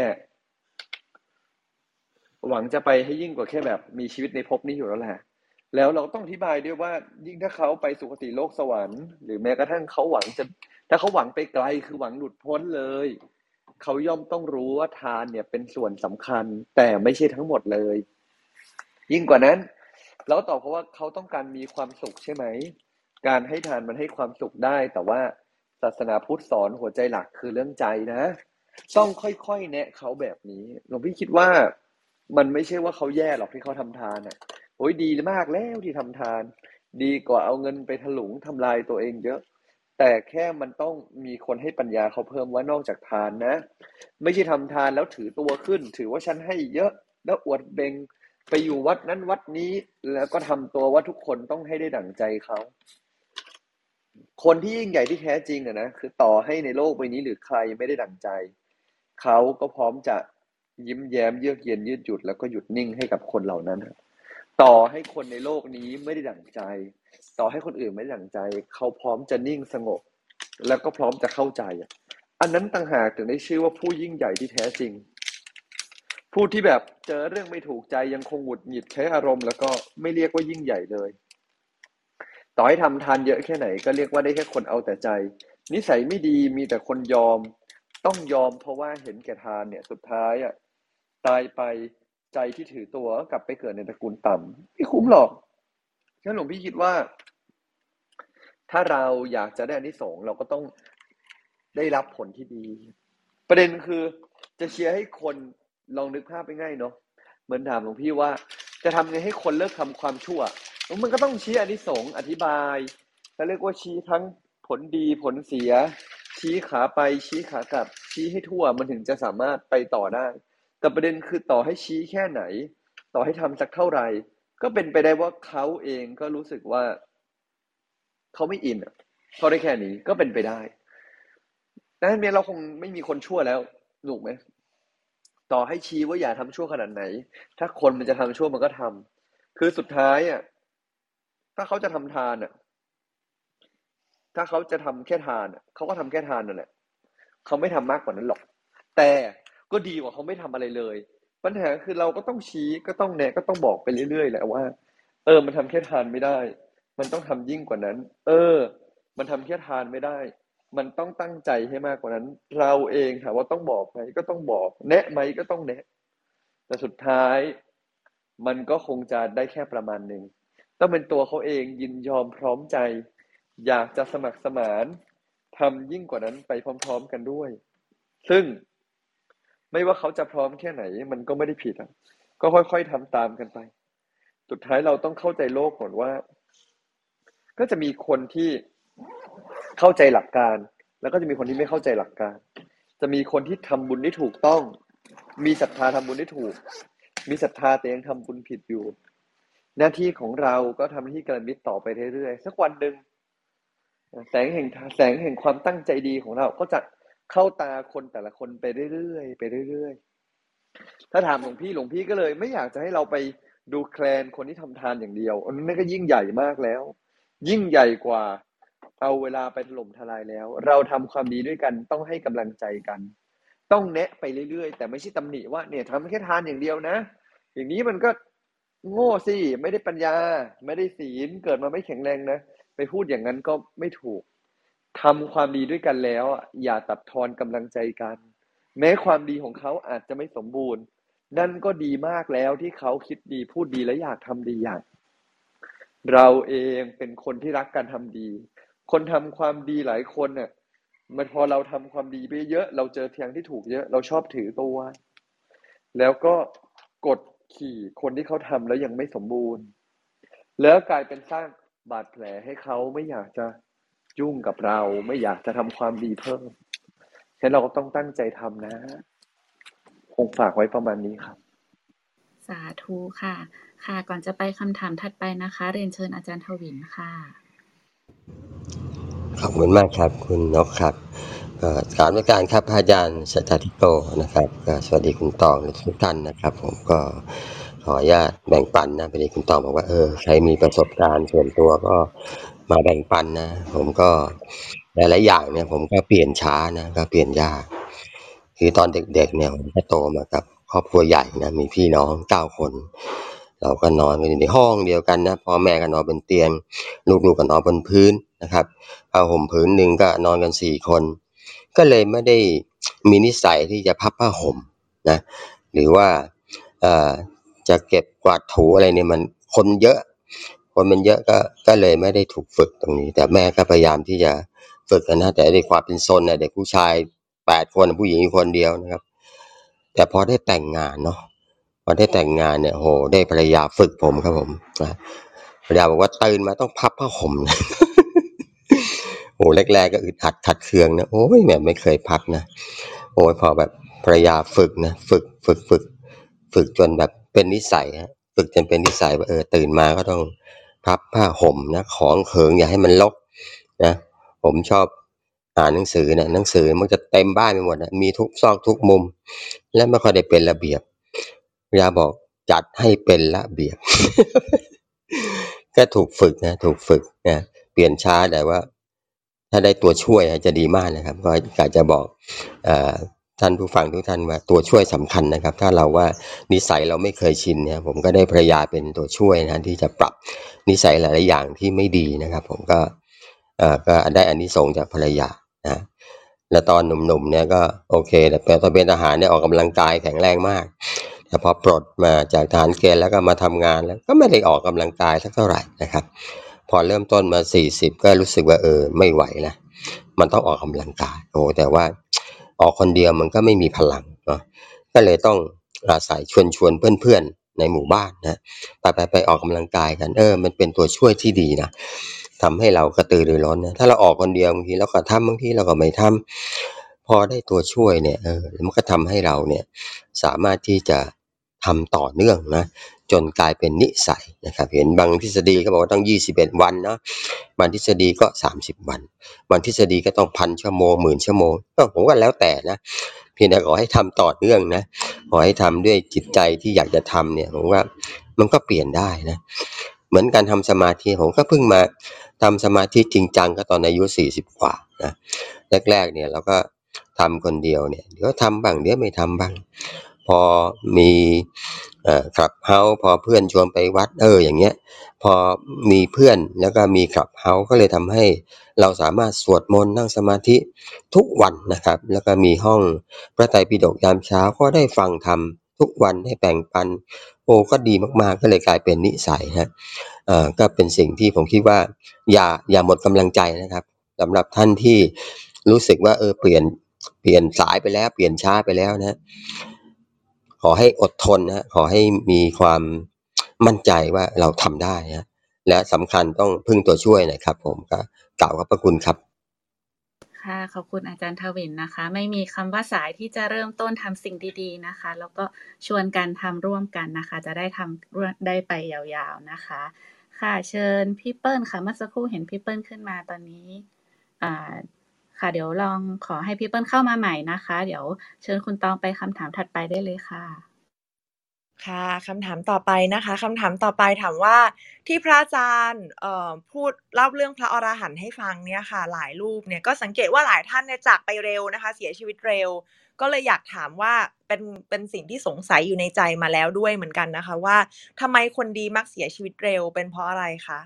หวังจะไปให้ยิ่งกว่าแค่แบบมีชีวิตในภพนี้อยู่แล้วแหละแล้วเราต้องอธิบายด้วยว่ายิ่งถ้าเขาไปสุคติโลกสวรรค์หรือแม้กระทั่งเขาหวังจะถ้าเขาหวังไปไกลคือหวังหลุดพ้นเลยเขาย่อมต้องรู้ว่าทานเนี่ยเป็นส่วนสำคัญแต่ไม่ใช่ทั้งหมดเลยยิ่งกว่านั้นเราตอบเพราะว่าเขาต้องการมีความสุขใช่ไหมการให้ทานมันให้ความสุขได้แต่ว่าศาสนาพุทธสอนหัวใจหลักคือเรื่องใจนะต้องค่อยๆแนะเขาแบบนี้หลวงพี่คิดว่ามันไม่ใช่ว่าเขาแย่หรอกที่เขาทำทานอ่ะโอ้ยดีมากแล้วที่ทำทานดีกว่าเอาเงินไปถลุงทำลายตัวเองเยอะแต่แค่มันต้องมีคนให้ปัญญาเขาเพิ่มว่านอกจากทานนะไม่ใช่ทำทานแล้วถือตัวขึ้นถือว่าฉันให้เยอะแล้วอวดเบงไปอยู่วัดนั้นวัดนี้แล้วก็ทำตัวว่าทุกคนต้องให้ได้ดั่งใจเขาคนที่ยิ่งใหญ่ที่แท้จริงอะนะคือต่อให้ในโลกใบนี้หรือใครไม่ได้ดั่งใจเขาก็พร้อมจะยิ้มแย้มเยือกเย็นยืดหยุ่นแล้วก็หยุดนิ่งให้กับคนเหล่านั้นต่อให้คนในโลกนี้ไม่ได้ดั่งใจต่อให้คนอื่นไม่ได้ดั่งใจเขาพร้อมจะนิ่งสงบแล้วก็พร้อมจะเข้าใจอันนั้นต่างหากถึงได้ชื่อว่าผู้ยิ่งใหญ่ที่แท้จริงผู้ที่แบบเจอเรื่องไม่ถูกใจยังคงหงุดหงิดใช้อารมณ์แล้วก็ไม่เรียกว่ายิ่งใหญ่เลยต่อให้ทำทานเยอะแค่ไหนก็เรียกว่าได้แค่คนเอาแต่ใจนิสัยไม่ดีมีแต่คนยอมต้องยอมเพราะว่าเห็นแก่ทานเนี่ยสุดท้ายอ่ะตายไปใจที่ถือตัวก็กลับไปเกิดในตระกูลต่ำไม่คุ้มหรอกฉะนั้นหลวงพี่คิดว่าถ้าเราอยากจะได้อานิสงส์เราก็ต้องได้รับผลที่ดีประเด็นคือจะเชียร์ให้คนลองนึกภาพไปง่ายเนาะเหมือนถามหลวงพี่ว่าจะทำไงให้คนเลิกทำความชั่วมันก็ต้องชี้อานิสงส์อธิบายเขาเรียกว่าชี้ทั้งผลดีผลเสียชี้ขาไปชี้ขากลับชี้ให้ทั่วมันถึงจะสามารถไปต่อได้แต่ประเด็นคือต่อให้ชี้แค่ไหนต่อให้ทำสักเท่าไหร่ก็เป็นไปได้ว่าเขาเองก็รู้สึกว่าเขาไม่อินเขาได้แค่นี้ก็เป็นไปได้ดังนั้นเราคงไม่มีคนชั่วแล้วถูกไหมต่อให้ชี้ว่าอย่าทำชั่วขนาดไหนถ้าคนมันจะทำชั่วมันก็ทำคือสุดท้ายอ่ะถ้าเขาจะทำทานอ่ะถ้าเขาจะทำแค่ทานอ่ะเขาก็ทำแค่ทานนั่นแหละเขาไม่ทำมากกว่านั้นหรอกแต่ก็ดีกว่าเขาไม่ทำอะไรเลยปัญหาคือเราก็ต้องชี้ก็ต้องแนะก็ต้องบอกไปเรื่อยๆแหละว่าเออมันทำแค่ทานไม่ได้มันต้องทำยิ่งกว่านั้นเออมันทำแค่ทานไม่ได้มันต้องตั้งใจให้มากกว่านั้นเราเองถามว่าต้องบอกไหมก็ต้องบอกแนะไหมก็ต้องแนะแต่สุดท้ายมันก็คงจะได้แค่ประมาณหนึ่งต้องเป็นตัวเขาเองยินยอมพร้อมใจอยากจะสมัครสมานทำยิ่งกว่านั้นไปพร้อมๆกันด้วยซึ่งไม่ว่าเขาจะพร้อมแค่ไหนมันก็ไม่ได้ผิดอ่ะก็ค่อยๆทำตามกันไปสุดท้ายเราต้องเข้าใจโลกก่อนว่าก็จะมีคนที่เข้าใจหลักการแล้วก็จะมีคนที่ไม่เข้าใจหลักการจะมีคนที่ทำบุญได้ถูกต้องมีศรัทธาทำบุญได้ถูกมีศรัทธาแต่ยังทำบุญผิดอยู่หน้าที่ของเราก็ทำหน้าที่กัลยาณมิตรต่อไปเรื่อยๆสักวันหนึ่งแสงแห่งแสงแห่งความตั้งใจดีของเราก็จะเข้าตาคนแต่ละคนไปเรื่อยๆไปเรื่อยๆถ้าถามหลวงพี่หลวงพี่ก็เลยไม่อยากจะให้เราไปดูแคลนคนที่ทำทานอย่างเดียวอันนั้นก็ยิ่งใหญ่มากแล้วยิ่งใหญ่กว่าเอาเวลาไปถล่มทลายแล้วเราทำความดีด้วยกันต้องให้กำลังใจกันต้องแนะไปเรื่อยๆแต่ไม่ใช่ตำหนิว่าเนี่ยทำแค่ทานอย่างเดียวนะอย่างนี้มันก็โง่สิไม่ได้ปัญญาไม่ได้ศีลเกิดมาไม่แข็งแรงนะไปพูดอย่างนั้นก็ไม่ถูกทำความดีด้วยกันแล้วอย่าตัดทอนกำลังใจกันแม้ความดีของเขาอาจจะไม่สมบูรณ์นั่นก็ดีมากแล้วที่เขาคิดดีพูดดีและอยากทำดีอย่างเราเองเป็นคนที่รักการทำดีคนทำความดีหลายคนเนี่ยมันพอเราทำความดีไปเยอะเราเจอทางที่ถูกเยอะเราชอบถือตัวแล้วก็กดขี่คนที่เขาทำแล้วยังไม่สมบูรณ์แล้วกลายเป็นสร้างบาดแผลให้เขาไม่อยากจะยุ่งกับเราไม่อยากจะทำความดีเพิ่มฉะนั้นเราก็ต้องตั้งใจทำนะคงฝากไว้ประมาณนี้ครับสาธุค่ะค่ะก่อนจะไปคำถามถัดไปนะคะเรียนเชิญอาจารย์ทวินค่ะขอบคุณมากครับคุณนกครับกราบนมัสการครับพระอาจารย์สัจจทิโกนะครับสวัสดีคุณตองและทุกท่านนะครับผมก็ขออนุญาตแบ่งปันนะพอดีคุณตองบอกว่าเออใครมีประสบการณ์ส่วนตัวก็มาแบ่งปันนะผมก็หลายๆอย่างเนี่ยผมก็เปลี่ยนช้านะก็เปลี่ยนยากคือตอนเด็กๆเนี่ยผมก็โตมากับครอบครัวใหญ่นะมีพี่น้องเก้าคนเราก็นอนกันอยู่ในห้องเดียวกันนะพ่อแม่ก็นอนบนเตียงลูกๆก็นอนบนพื้นนะครับผ้าห่มพื้นหนึ่งก็นอนกันสี่คนก็เลยไม่ได้มีนิสัยที่จะพับผ้าห่มนะหรือว่าเอ่อจะเก็บกวาดถูอะไรเนี่ยมันคนเยอะคนมันเยอะก็ก็เลยไม่ได้ถูกฝึกตรงนี้แต่แม่ก็พยายามที่จะฝึกกันนะแต่ด้วยความเป็นซนเนี่ยเด็กผู้ชายแปดคนผู้หญิงคนเดียวนะครับแต่พอได้แต่งงานเนาะพอได้แต่งงานเนี่ยโหได้ภรรยาฝึกผมครับผมนะภรรยาบอกว่าตื่นมาต้องพับผ้าห่มนะโอ้แรกๆก็อึดอัดขัดเคืองนะโอ้ยแม่ไม่เคยพักนะโอ้ยพอแบบภรรยาฝึกนะฝึกฝึกฝึกฝึกจนแบบเป็นนิสัยฮะฝึกจนเป็นนิสัยว่าเออตื่นมาก็ต้องพับผ้าห่มนะของเขิงอย่าให้มันรกนะผมชอบอ่านหนังสือนะหนังสือมันจะเต็มบ้านไปหมดนะมีทุกซอกทุกมุมและไม่ค่อยได้เป็นระเบียบภรรยาบอกจัดให้เป็นระเบียบ ก็ถูกฝึกนะถูกฝึกนะเปลี่ยนช้าแต่ว่าถ้าได้ตัวช่วยจะดีมากนะครับก็อยากจะบอกท่านผู้ฟังทุกท่านว่าตัวช่วยสำคัญนะครับถ้าเราว่านิสัยเราไม่เคยชินเนี่ยผมก็ได้ภรรยาเป็นตัวช่วยนะที่จะปรับนิสัยหลายๆอย่างที่ไม่ดีนะครับผมก็ก็ได้อานิสงส์จากภรรยานะแล้วตอนหนุ่มๆเนี่ยก็โอเคแต่ตอนเป็นทหารเนี่ยออกกำลังกายแข็งแรงมากแต่พอปลดมาจากทหารเกณฑ์แล้วก็มาทำงานแล้วก็ไม่ได้ออกกำลังกายสักเท่าไหร่นะครับพอเริ่มต้นมาสี่สิบก็รู้สึกว่าเออไม่ไหวแล้วมันต้องออกกำลังกายโอ้แต่ว่าออกคนเดียวมันก็ไม่มีพลังเนาะก็เลยต้องอาศัยชวนชวนเพื่อนๆในหมู่บ้านนะไปไปไปออกกำลังกายกันเออมันเป็นตัวช่วยที่ดีนะทำให้เรากระตือรือร้นนะถ้าเราออกคนเดียวบางทีเราก็ทำบางทีเราก็ไม่ทำพอได้ตัวช่วยเนี่ยเออมันก็ทำให้เราเนี่ยสามารถที่จะทำต่อเนื่องนะจนกลายเป็นนิสัยนะครับเห็นบางทฤษฎีก็บอกว่าต้องยี่สิบเอ็ดวันเนาะบางทฤษฎีก็สามสิบวันบางทฤษฎีก็ต้องพันชั่วโมงหมื่นชั่วโมงก็ผมก็แล้วแต่นะเพียงแต่ขอให้ทำต่อเนื่องนะขอให้ทำด้วยจิตใจที่อยากจะทำเนี่ยผมว่ามันก็เปลี่ยนได้นะเหมือนการทำสมาธิผมก็เพิ่งมาทำสมาธิจริงจังก็ตอนอายุสี่สิบกว่านะแรกๆเนี่ยเราก็ทำคนเดียวเนี่ยเดี๋ยวทำบ้างเดี๋ยวไม่ทำบ้างพอมีเอ่อคลับเฮาส์พอเพื่อนชวนไปวัดเอออย่างเงี้ยพอมีเพื่อนแล้วก็มีคลับเฮาส์ก็เลยทำให้เราสามารถสวดมนต์นั่งสมาธิทุกวันนะครับแล้วก็มีห้องพระไตรปิฎกยามเช้าก็ได้ฟังธรรมทุกวันได้แบ่งปันโอ้ก็ดีมากๆก็เลยกลายเป็นนิสัยฮะเอ่อก็เป็นสิ่งที่ผมคิดว่าอย่าอย่าหมดกำลังใจนะครับสำหรับท่านที่รู้สึกว่าเออเปลี่ยนเปลี่ยนสายไปแล้วเปลี่ยนช้าไปแล้วนะขอให้อดทนนะขอให้มีความมั่นใจว่าเราทำได้นะและสำคัญต้องพึ่งตัวช่วยนะครับผมก็กล่าวขอบพระคุณครับค่ะขอบคุณอาจารย์ทวินนะคะไม่มีคำว่าสายที่จะเริ่มต้นทำสิ่งดีๆนะคะแล้วก็ชวนกันทำร่วมกันนะคะจะได้ทำได้ไปยาวๆนะคะค่ะเชิญพี่เปิ้ลค่ะเมื่อสักครู่เห็นพี่เปิ้ลขึ้นมาตอนนี้อ่าค่ะเดี๋ยวลองขอให้พี่เปิ้ลเข้ามาใหม่นะคะเดี๋ยวเชิญคุณตองไปคำถามถัดไปได้เลยค่ะค่ะคำถามต่อไปนะคะคำถามต่อไปถามว่าที่พระอาจารย์เอ่อพูดเล่าเรื่องพระอรหันต์ให้ฟังเนี่ยค่ะหลายรูปเนี่ยก็สังเกตว่าหลายท่านเนี่ยจากไปเร็วนะคะเสียชีวิตเร็วก็เลยอยากถามว่าเป็นเป็นสิ่งที่สงสัยอยู่ในใจมาแล้วด้วยเหมือนกันนะคะว่าทำไมคนดีมักเสียชีวิตเร็วเป็นเพราะอะไรคะ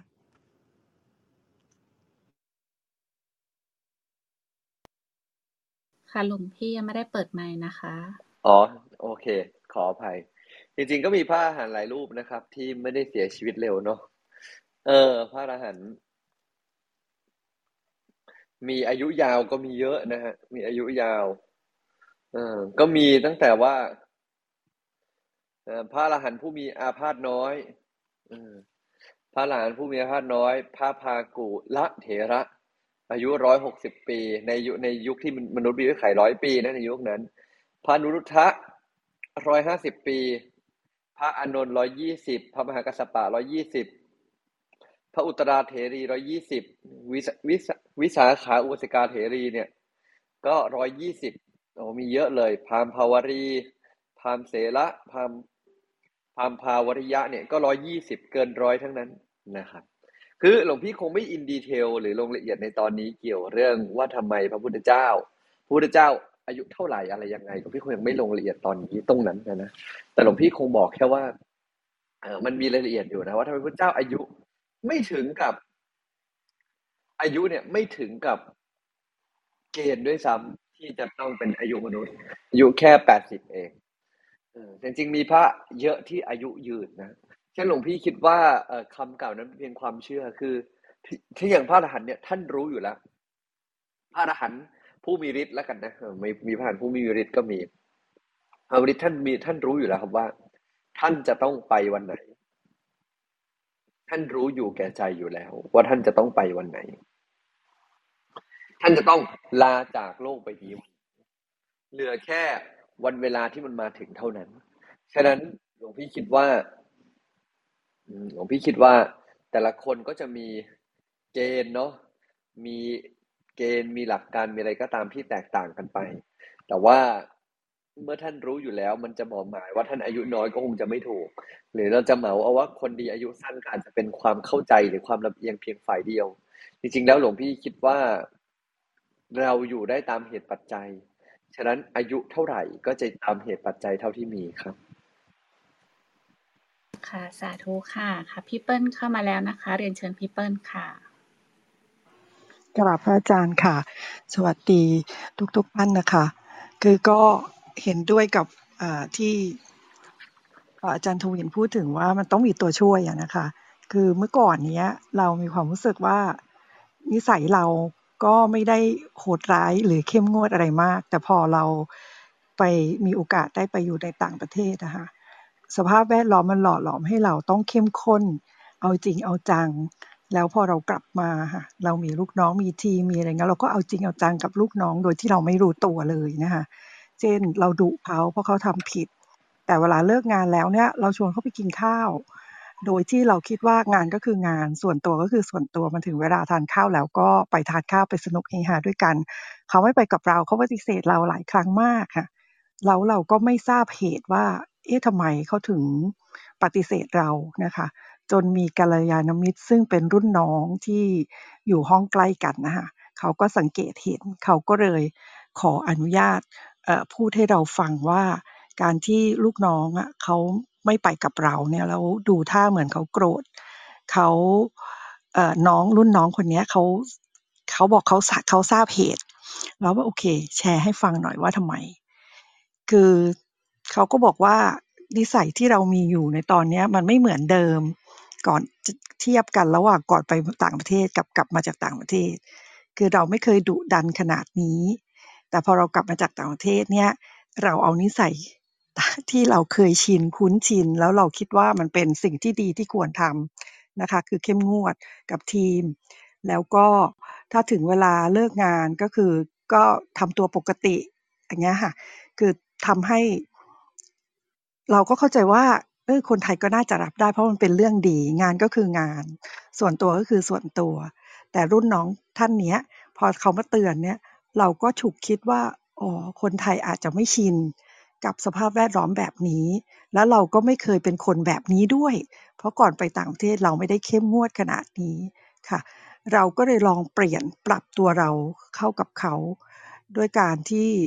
ค่ะหลวงพี่ยังไม่ได้เปิดไมค์นะคะอ๋อโอเคขออภัยจริงๆก็มีพระอรหันต์หลายรูปนะครับ ที่ไม่ได้เสียชีวิตเร็วเนาะเออพระอรหันต์มีอายุยาวก็มีเยอะนะฮะมีอายุยาวเออก็มีตั้งแต่ว่าเอ่อพระอรหันต์ผู้มีอาพาธน้อยเออพระอรหันต์ผู้มีอาพาธน้อยพระพากุละเถระ อายุร้อยหกสิบปีในยุในยุคที่มนุษย์มีอายุขัยร้อยปีนะในยุคนั้นพระนุรุทธะร้อยห้าสิบปี พระอานนท์ร้อยยี่สิบพระมหากัสสปะร้อยยี่สิบพระอุตราเถรีร้อยยี่สิบวิสวิสวิสาขาอุบาสิกาเถรีเนี่ยก็ร้อยยี่สิบโอ้มีเยอะเลยพราหมณ์ภาวรีพราหมณ์เสระพราหมณ์พราหมณ์ภาวริยะเนี่ยก็ร้อยยี่สิบเกินร้อยทั้งนั้นนะครับคือหลวงพี่คงไม่อินดีเทลหรือลงละเอียดในตอนนี้เกี่ยวเรื่องว่าทำไมพระพุทธเจ้าพระพุทธเจ้าอายุเท่าไหร่อะไรยังไงหลวงพี่คงยังไม่ลงละเอียดตอนนี้ตรงนั้นนะนะแต่หลวงพี่คงบอกแค่ว่าเออมันมีรายละเอียดอยู่นะว่าทำไมพระพุทธเจ้าอายุไม่ถึงกับอายุเนี่ยไม่ถึงกับเกณฑ์ด้วยซ้ำที่จะต้องเป็นอายุมนุษย์อายุแค่แปดสิบเองเออจริงๆมีพระเยอะที่อายุยืนนะเช่นหลวงพี่คิดว่าเออคำกล่าวนั้นเป็นเพียงความเชื่อคือที่อย่างพระอรหันต์เนี่ยท่านรู้อยู่แล้วพระอรหันต์ผู้มีฤทธิ์แล้วกันนะมีมีพระอรหันต์ผู้มีฤทธิ์ก็มีพระฤทธิ์ท่านมีท่านรู้อยู่แล้วครับว่าท่านจะต้องไปวันไหนท่านรู้อยู่แก่ใจอยู่แล้วว่าท่านจะต้องไปวันไหนท่านจะต้องลาจากโลกใบนี้เหลือแค่วันเวลาที่มันมาถึงเท่านั้นฉะนั้นหลวงพี่คิดว่าหลวงพี่คิดว่าแต่ละคนก็จะมีเกณฑ์เนาะมีเกณฑ์มีหลักการมีอะไรก็ตามที่แตกต่างกันไปแต่ว่าเมื่อท่านรู้อยู่แล้วมันจะหมายหมายว่าท่านอายุน้อยก็คงจะไม่ถูกหรือเราจะเหมาเอาว่าคนดีอายุสั้นอาจจะเป็นความเข้าใจหรือความลำเอียงเพียงฝ่ายเดียวจริงๆแล้วหลวงพี่คิดว่าเราอยู่ได้ตามเหตุปัจจัยฉะนั้นอายุเท่าไหร่ก็จะตามเหตุปัจจัยเท่าที่มีครับค่ะสาธุค่ะค่ะพี่เปิ้ลเข้ามาแล้วนะคะเรียนเชิญพี่เปิ้ลค่ะกราบพระอาจารย์ค่ะสวัสดีทุกๆท่านนะคะคือก็เห็นด้วยกับที่อาจารย์ทวินพูดถึงว่ามันต้องมีตัวช่วยอะนะคะคือเมื่อก่อนเนี้ยเรามีความรู้สึกว่านิสัยเราก็ไม่ได้โหดร้ายหรือเข้มงวดอะไรมากแต่พอเราไปมีโอกาสได้ไปอยู่ในต่างประเทศนะคะสภาพแวดล้อมมันหล่อหลอมให้เราต้องเข้มข้นเอาจริงเอาจังแล้วพอเรากลับมาค่ะเรามีลูกน้องมีทีมมีอะไรเงี้ยเราก็เอาจริงเอาจังกับลูกน้องโดยที่เราไม่รู้ตัวเลยนะคะเช่นเราดุเขาเพราะเขาทำผิดแต่เวลาเลิกงานแล้วเนี่ยเราชวนเขาไปกินข้าวโดยที่เราคิดว่างานก็คืองานส่วนตัวก็คือส่วนตัวมันถึงเวลาทานข้าวแล้วก็ไปทานข้าวไปสนุกเฮฮาด้วยกันเขาไม่ไปกับเราเขาปฏิเสธเราหลายครั้งมากค่ะแล้วเราก็ไม่ทราบเหตุว่าเอ๊ะทำไมเขาถึงปฏิเสธเรานะคะจนมีกัลยาณมิตรซึ่งเป็นรุ่นน้องที่อยู่ห้องใกล้กันนะคะเขาก็สังเกตเห็นเขาก็เลยขออนุญาตพูดให้เราฟังว่าการที่ลูกน้องอ่ะเขาไม่ไปกับเราเนี่ยแล้วดูท่าเหมือนเขาโกรธเขาเอ่อน้องรุ่นน้องคนนี้เขาเขาบอกเขาเขาทราบเหตุแล้วว่าโอเคแชร์ให้ฟังหน่อยว่าทำไมคือเขาก็บอกว่านิสัยที่เรามีอยู่ในตอนนี้มันไม่เหมือนเดิมก่อนเทียบกันระหว่างก่อนไปต่างประเทศกับกลับมาจากต่างประเทศคือเราไม่เคยดุดันขนาดนี้แต่พอเรากลับมาจากต่างประเทศเนี่ยเราเอานิสัยที่เราเคยชินคุ้นชินแล้วเราคิดว่ามันเป็นสิ่งที่ดีที่ควรทำนะคะคือเข้มงวดกับทีมแล้วก็ถ้าถึงเวลาเลิกงานก็คือก็ทำตัวปกติอย่างเงี้ยค่ะคือทำให้เราก็เข้าใจว่าเออคนไทยก็น่าจะรับได้เพราะมันเป็นเรื่องดีงานก็คืองานส่วนตัวก็คือส่วนตัวแต่รุ่นน้องท่านเนี้ยพอเขามาเตือนเนี่ยเราก็ฉุกคิดว่าอ๋อคนไทยอาจจะไม่ชินกับสภาพแวดล้อมแบบนี้แล้วเราก็ไม่เคยเป็นคนแบบนี้ด้วยเพราะก่อนไปต่างประเทศเราไม่ได้เข้มงวดขนาดนี้ค่ะเราก็เลยลองเปลี่ยนปรับตัวเราเข้ากับเขาด้วยการที่โอ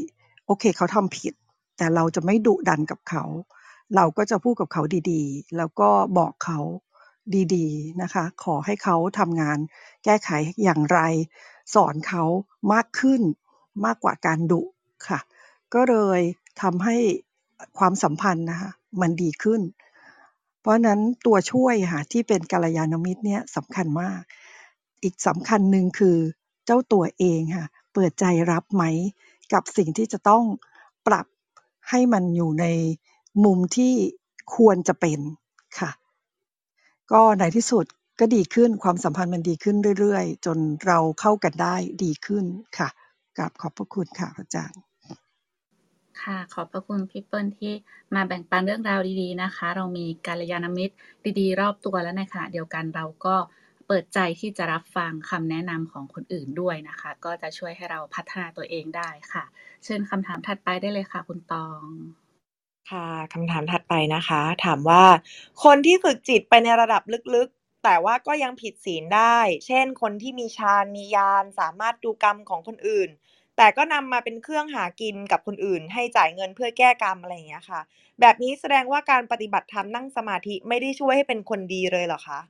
โอเคเขาทำผิดแต่เราจะไม่ดุดันกับเขาเราก็จะพูดกับเขาดีๆแล้วก็บอกเขาดีๆนะคะขอให้เขาทำงานแก้ไขอย่างไรสอนเขามากขึ้นมากกว่าการดุค่ะก็เลยทำให้ความสัมพันธ์นะคะมันดีขึ้นเพราะนั้นตัวช่วยค่ะที่เป็นกัลยาณมิตรเนี่ยสำคัญมากอีกสำคัญหนึ่งคือเจ้าตัวเองค่ะเปิดใจรับไหมกับสิ่งที่จะต้องปรับให้มันอยู่ในมุมที่ควรจะเป็นค่ะก็ในที่สุดก็ดีขึ้นความสัมพันธ์มันดีขึ้นเรื่อยๆจนเราเข้ากันได้ดีขึ้นค่ะกราบขอบพระคุณค่ะอาจารย์ค่ะขอบพระคุณพี่เปิ้ลที่มาแบ่งปันเรื่องราวดีๆนะคะเรามีกัลยาณมิตรดีๆรอบตัวแล้วในขณะเดียวกันเราก็เปิดใจที่จะรับฟังคำแนะนำของคนอื่นด้วยนะคะก็จะช่วยให้เราพัฒนาตัวเองได้ค่ะเชิญคำถามถัดไปได้เลยค่ะคุณตองค่ะคำถามถัดไปนะคะถามว่าคนที่ฝึกจิตไปในระดับลึกๆแต่ว่าก็ยังผิดศีลได้เช่นคนที่มีฌานมีญาณสามารถดูกรรมของคนอื่นแต่ก็นำมาเป็นเครื่องหากินกับคนอื่นให้จ่ายเงินเพื่อแก้กรรมอะไรอย่างเงี้ยค่ะแบบนี้แสดงว่าการปฏิบัติธรรมนั่งสมาธิไม่ได้ช่วยให้เป็นคนดีเลยเหรอคะ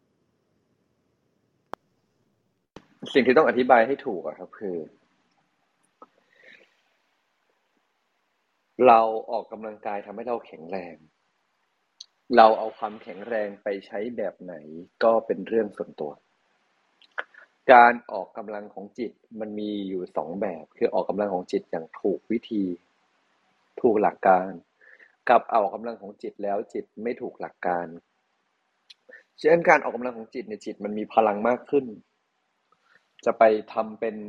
สิ่งที่ต้องอธิบายให้ถูกอะครับคือเราออกกำลังกายทำให้เราแข็งแรงเราเอาความแข็งแรงไปใช้แบบไหนก็เป็นเรื่องส่วนตัวการออกกำลังของจิตมันมีอยู่สองแบบคือออกกำลังของจิตอย่างถูกวิธีถูกหลักการกับเอากำลังของจิตแล้วจิตไม่ถูกหลักการเช่นการออกกำลังของจิตในจิตมันมีพลังมากขึ้นจะไปทำเป็น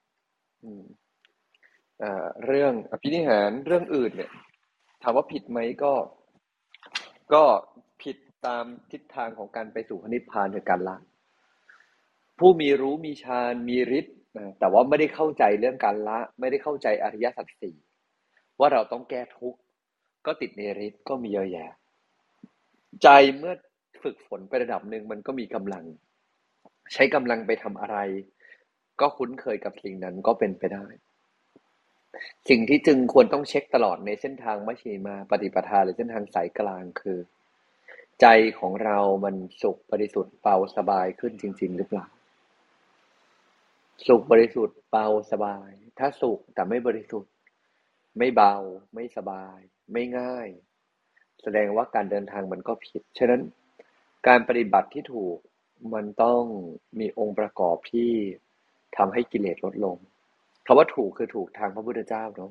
เรื่องอภินิหารเรื่องอื่นเนี่ยถามว่าผิดไหมก็ก็ผิดตามทิศทางของการไปสู่พระนิพพานคือการละผู้มีรู้มีฌานมีฤทธิ์แต่ว่าไม่ได้เข้าใจเรื่องการละไม่ได้เข้าใจอริยสัจสี่ว่าเราต้องแก้ทุกข์ก็ติดในฤทธิ์ก็มีเยอะแยะใจเมื่อฝึกฝนไประดับหนึ่งมันก็มีกำลังใช้กำลังไปทำอะไรก็คุ้นเคยกับสิ่งนั้นก็เป็นไปได้สิ่งที่จึงควรต้องเช็คตลอดในเส้นทางมัชฌิมาปฏิปทาหรือเส้นทางสายกลางคือใจของเรามันสุขบริสุทธิ์เบาสบายขึ้นจริงๆหรือเปล่าสุขบริสุทธิ์เบาสบายถ้าสุขแต่ไม่บริสุทธิ์ไม่เบาไม่สบายไม่ง่ายแสดงว่าการเดินทางมันก็ผิดฉะนั้นการปฏิบัติที่ถูกมันต้องมีองค์ประกอบที่ทำให้กิเลสลดลงคำว่าถูกคือถูกทางพระพุทธเจ้าเนาะ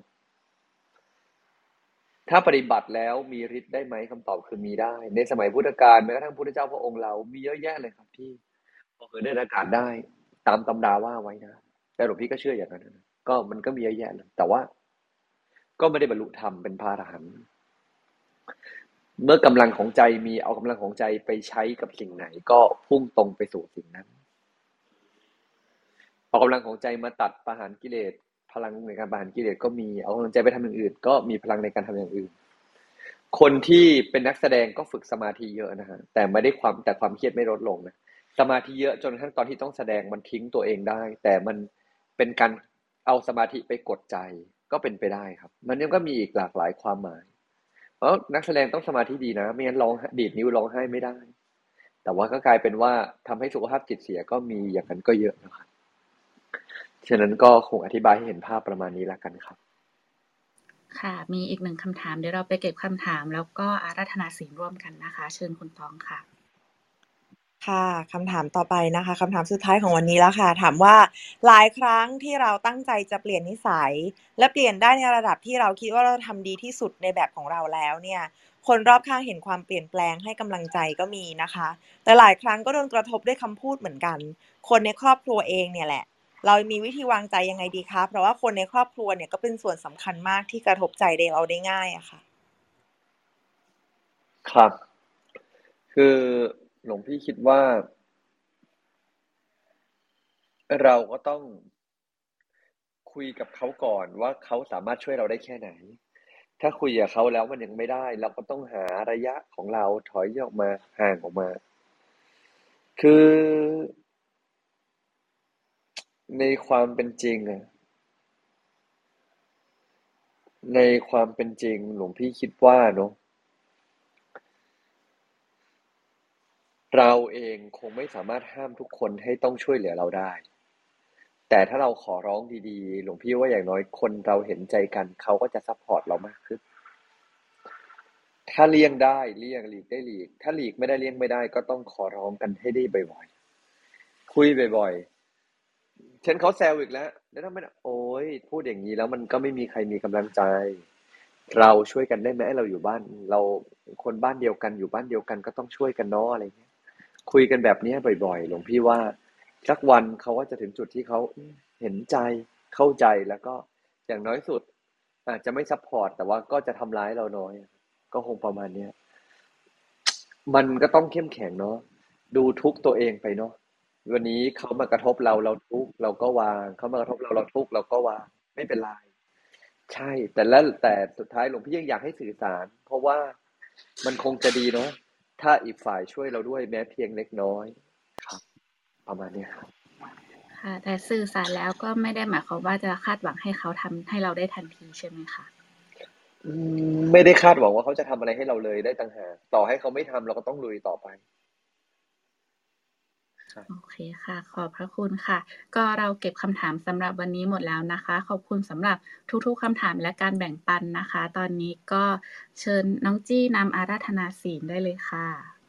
ถ้าปฏิบัติแล้วมีฤทธิ์ได้ไหมคำตอบคือมีได้ในสมัยพุทธกาลแม้กระทั่งพุทธเจ้าพระองค์เรามีเยอะแยะเลยครับที่พอเคยได้อากาศได้ตามตำราว่าไว้นะแต่หลวงพี่ก็เชื่ออย่างนั้นนะก็มันก็มีเยอะแยะเลยแต่ว่าก็ไม่ได้บรรลุธรรมเป็นพระอรหันต์เมื่อกำลังของใจมีเอากำลังของใจไปใช้กับสิ่งไหนก็พุ่งตรงไปสู่สิ่งนั้นเอากำลังของใจมาตัดประหารกิเลสพลังในการประหารกิเลสก็มีเอากำลังใจไปทำอย่างอื่นก็มีพลังในการทำอย่างอื่นคนที่เป็นนักแสดงก็ฝึกสมาธิเยอะนะฮะแต่ไม่ได้ความแต่ความเครียดไม่ลดลงนะสมาธิเยอะจนกระทั่งตอนที่ต้องแสดงมันทิ้งตัวเองได้แต่มันเป็นการเอาสมาธิไปกดใจก็เป็นไปได้ครับมันยังก็มีอีกหลากหลายความหมายเพราะนักแสดงต้องสมาธิดีนะไม่งั้นร้องดีดนิ้วร้องไห้ไม่ได้แต่ว่าก็กลายเป็นว่าทำให้สุขภาพจิตเสียก็มีอย่างนั้นก็เยอะนะครับฉะนั้นก็คงอธิบายให้เห็นภาพประมาณนี้แล้วกันครับค่ะมีอีกหนึ่งคำถามเดี๋ยวเราไปเก็บคำถามแล้วก็อาราธนาศีลร่วมกันนะคะเชิญคุณตองค่ะค่ะคำถามต่อไปนะคะคำถามสุดท้ายของวันนี้แล้วค่ะถามว่าหลายครั้งที่เราตั้งใจจะเปลี่ยนนิสัยและเปลี่ยนได้ในระดับที่เราคิดว่าเราทำดีที่สุดในแบบของเราแล้วเนี่ยคนรอบข้างเห็นความเปลี่ยนแปลงให้กำลังใจก็มีนะคะแต่หลายครั้งก็โดนกระทบด้วยคำพูดเหมือนกันคนในครอบครัวเองเนี่ยแหละเรามีวิธีวางใจยังไงดีคะเพราะว่าคนในครอบครัวเนี่ยก็เป็นส่วนสำคัญมากที่กระทบใจเราได้ง่ายอะค่ะครับคือหลวงพี่คิดว่าเราก็ต้องคุยกับเขาก่อนว่าเขาสามารถช่วยเราได้แค่ไหนถ้าคุยกับเขาแล้วมันยังไม่ได้เราก็ต้องหาระยะของเราถอยออกมาห่างออกมาคือในความเป็นจริงอะในความเป็นจริงหลวงพี่คิดว่าเนาะเราเองคงไม่สามารถห้ามทุกคนให้ต้องช่วยเหลือเราได้แต่ถ้าเราขอร้องดีๆหลวงพี่ว่าอย่างน้อยคนเราเห็นใจกันเขาก็จะซัพพอร์ตเรามากขึ้นถ้าเลี่ยงได้เลี่ยงหลีกได้หลีกถ้าหลีกไม่ได้เลี่ยงไม่ได้ก็ต้องขอร้องกันให้ได้บ่อยๆคุยบ่อยๆเช่นเขาแซวอีกแล้วแล้วถ้าไม่โอ๊ยพูดอย่างนี้แล้วมันก็ไม่มีใครมีกำลังใจเราช่วยกันได้ไหมเราอยู่บ้านเราคนบ้านเดียวกันอยู่บ้านเดียวกันก็ต้องช่วยกันเนาะอะไรเงี้ยคุยกันแบบนี้บ่อยๆหลวงพี่ว่าสักวันเขาก็จะถึงจุดที่เขาเห็นใจเข้าใจแล้วก็อย่างน้อยสุดอาจจะไม่ซัพพอร์ตแต่ว่าก็จะทำร้ายเราน้อยก็คงประมาณเนี้ยมันก็ต้องเข้มแข็งเนาะดูทุกตัวเองไปเนาะวันนี้เขามากระทบเราเราทุกเราก็วางเขามากระทบเราเราทุกเราก็วางไม่เป็นไรใช่แต่แล้วแต่สุดท้ายหลวงพี่ยังอยากให้สื่อสารเพราะว่ามันคงจะดีเนาะถ้าอีกฝ่ายช่วยเราด้วยแม้เพียงเล็กน้อยครับประมาณนี้ครับค่ะแต่สื่อสารแล้วก็ไม่ได้หมายความว่าจะคาดหวังให้เขาทำให้เราได้ทันทีใช่ไหมคะไม่ได้คาดหวังว่าเขาจะทำอะไรให้เราเลยได้ต่างหากต่อให้เขาไม่ทำเราก็ต้องลุยต่อไปโอเคค่ะขอบพระคุณค่ะก็เราเก็บคำถามสำหรับวันนี้หมดแล้วนะคะขอบคุณสำหรับทุกๆคำถามและการแบ่งปันนะคะตอนนี้ก็เชิญน้องจี้นำอาราธนาศีลได้เลยค่ะ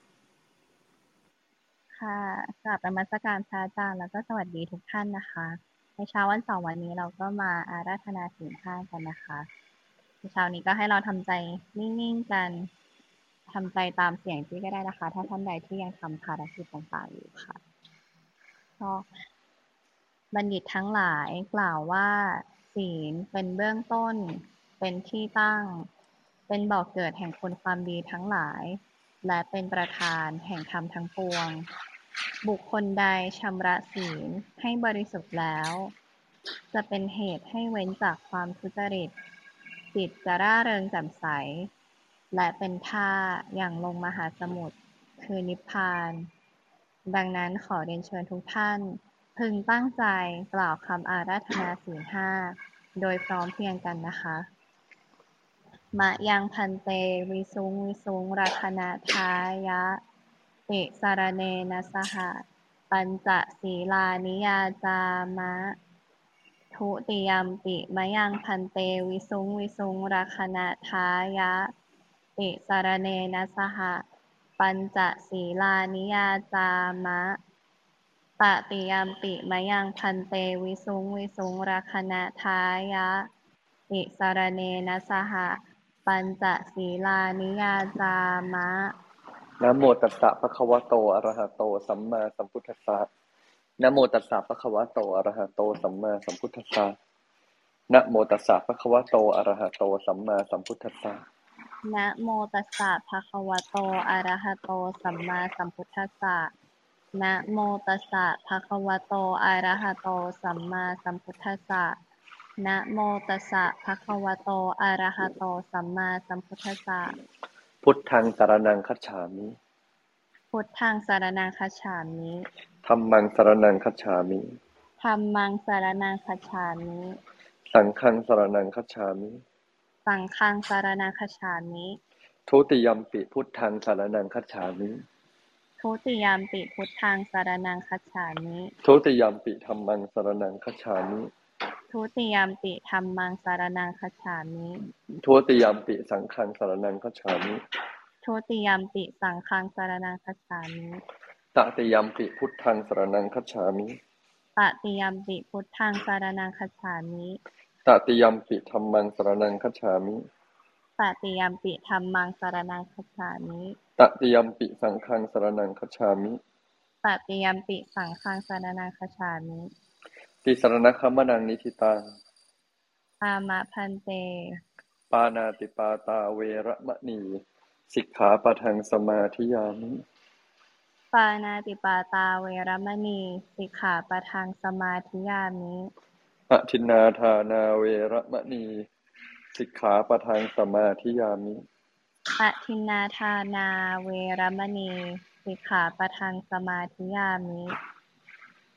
ค่ะกราบนมัสการพระอาจารย์แล้วก็สวัสดีทุกท่านนะคะในเช้าวันเสาร์วันนี้เราก็มาอาราธนาศีลห้ากันนะคะในเช้านี้ก็ให้เราทำใจนิ่งๆกันทำใจตามเสียงที่ก็ได้นะคะถ้าท่านใดที่ยังทำภารกิจต่างๆอยู่ค่ะก็บัณฑิตทั้งหลายกล่าวว่าศีลเป็นเบื้องต้นเป็นที่ตั้งเป็นบ่อกเกิดแห่งคุณความดีทั้งหลายและเป็นประธานแห่งธรรมทั้งปวงบุคคลใดชำระศีลให้บริสุทธิ์แล้วจะเป็นเหตุให้เว้นจากความทุจริตจิตจะร่าเริงแจ่มใสและเป็นท่าอย่างลงมหาสมุทรคือนิพพานดังนั้นขอเรียนเชิญทุกท่านพึงตั้งใจกล่าวคำอาราธนาศีลห้าโดยพร้อมเพรียงกันนะคะมะยังพันเตวิสุงวิสุงรัคณทายะติสารเนนะสหะปัญจศีลานิยาจามะทุติยัมปิมะยังพันเตวิสุงวิสุงรัคณทายะติสารเนนะสหะปัญจศีลานิยาจามะตติยัมปิมะยังพันเตวิสุงวิสุงรัคณทายะติสารเนนะสหะปัญจศีลานิยาจามะนะโมตัสสะภะคะวะโตอะระหะโตสัมมาสัมพุทธัสสะนะโมตัสสะภะคะวะโตอะระหะโตสัมมาสัมพุทธัสสะนะโมตัสสะภะคะวะโตอะระหะโตสัมมาสัมพุทธัสสะนะโมตัสสะภะคะวะโตอะระหะโตสัมมาสัมพุทธัสสะนะโมตัสสะภะคะวะโตอะระหะโตสัมมาสัมพุทธัสสะนะโมตัสสะภะคะวะโตอะระหะโตสัมมาสัมพุทธัสสะพุทธังสรณังคัจฉามิพุทธังสรณังคัจฉามิธัมมังสรณังคัจฉามิธัมมังสรณังคัจฉามิสังฆังสรณังคัจฉามิสังฆังสรณังคัจฉามิทุติยัมปิพุทธังสรณังคัจฉามิทุติยัมปิพุทธังสรณังคัจฉามิทุติยัมปิธัมมังสรณังคัจฉามิทุติยัมปิธัมมังสรณังคัจฉามิทุติยัมปิสังฆังสรณังคัจฉามิทุติยัมปิสังฆังสรณังคัจฉามิตติยัมปิพุทธังสรณังคัจฉามิตติยัมปิพุทธังสรณังคัจฉามิตติยัมปิธัมมังสรณังคัจฉามิตติยัมปิธัมมังสรณังคัจฉามิตติยัมปิสังฆังสรณังคัจฉามิตติยัมปิสังฆังสรณังคัจฉามิติสรณคัมมนังนิธิตังปามะพันเตปานาติปาตาเวระมะนีสิกขาปะทังสมาธิยามิปานาติปาตาเวรมณีสิกขาปะทังสมาธิยามิอทินนาทานาเวระมะนีสิกขาปะทังสมาธิยามิอทินนาทานาเวรมณีสิกขาปะทังสมาธิยามิ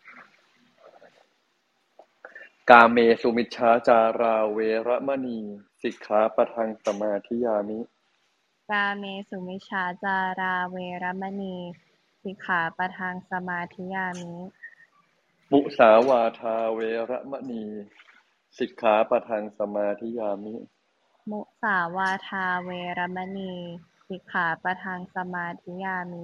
กาเมสุมิชฌาจาราเวระมณีสิกขาปะทังสมาธิยามิกาเมสุมิจฉาจาราเวรมณีสิกขาปะทังสมาธิยามิมุสาวาทาเวรมณีสิกขาปะทังสมาธิยามิมุสาวาทาเวรมณีสิกขาปะทังสมาธิยามิ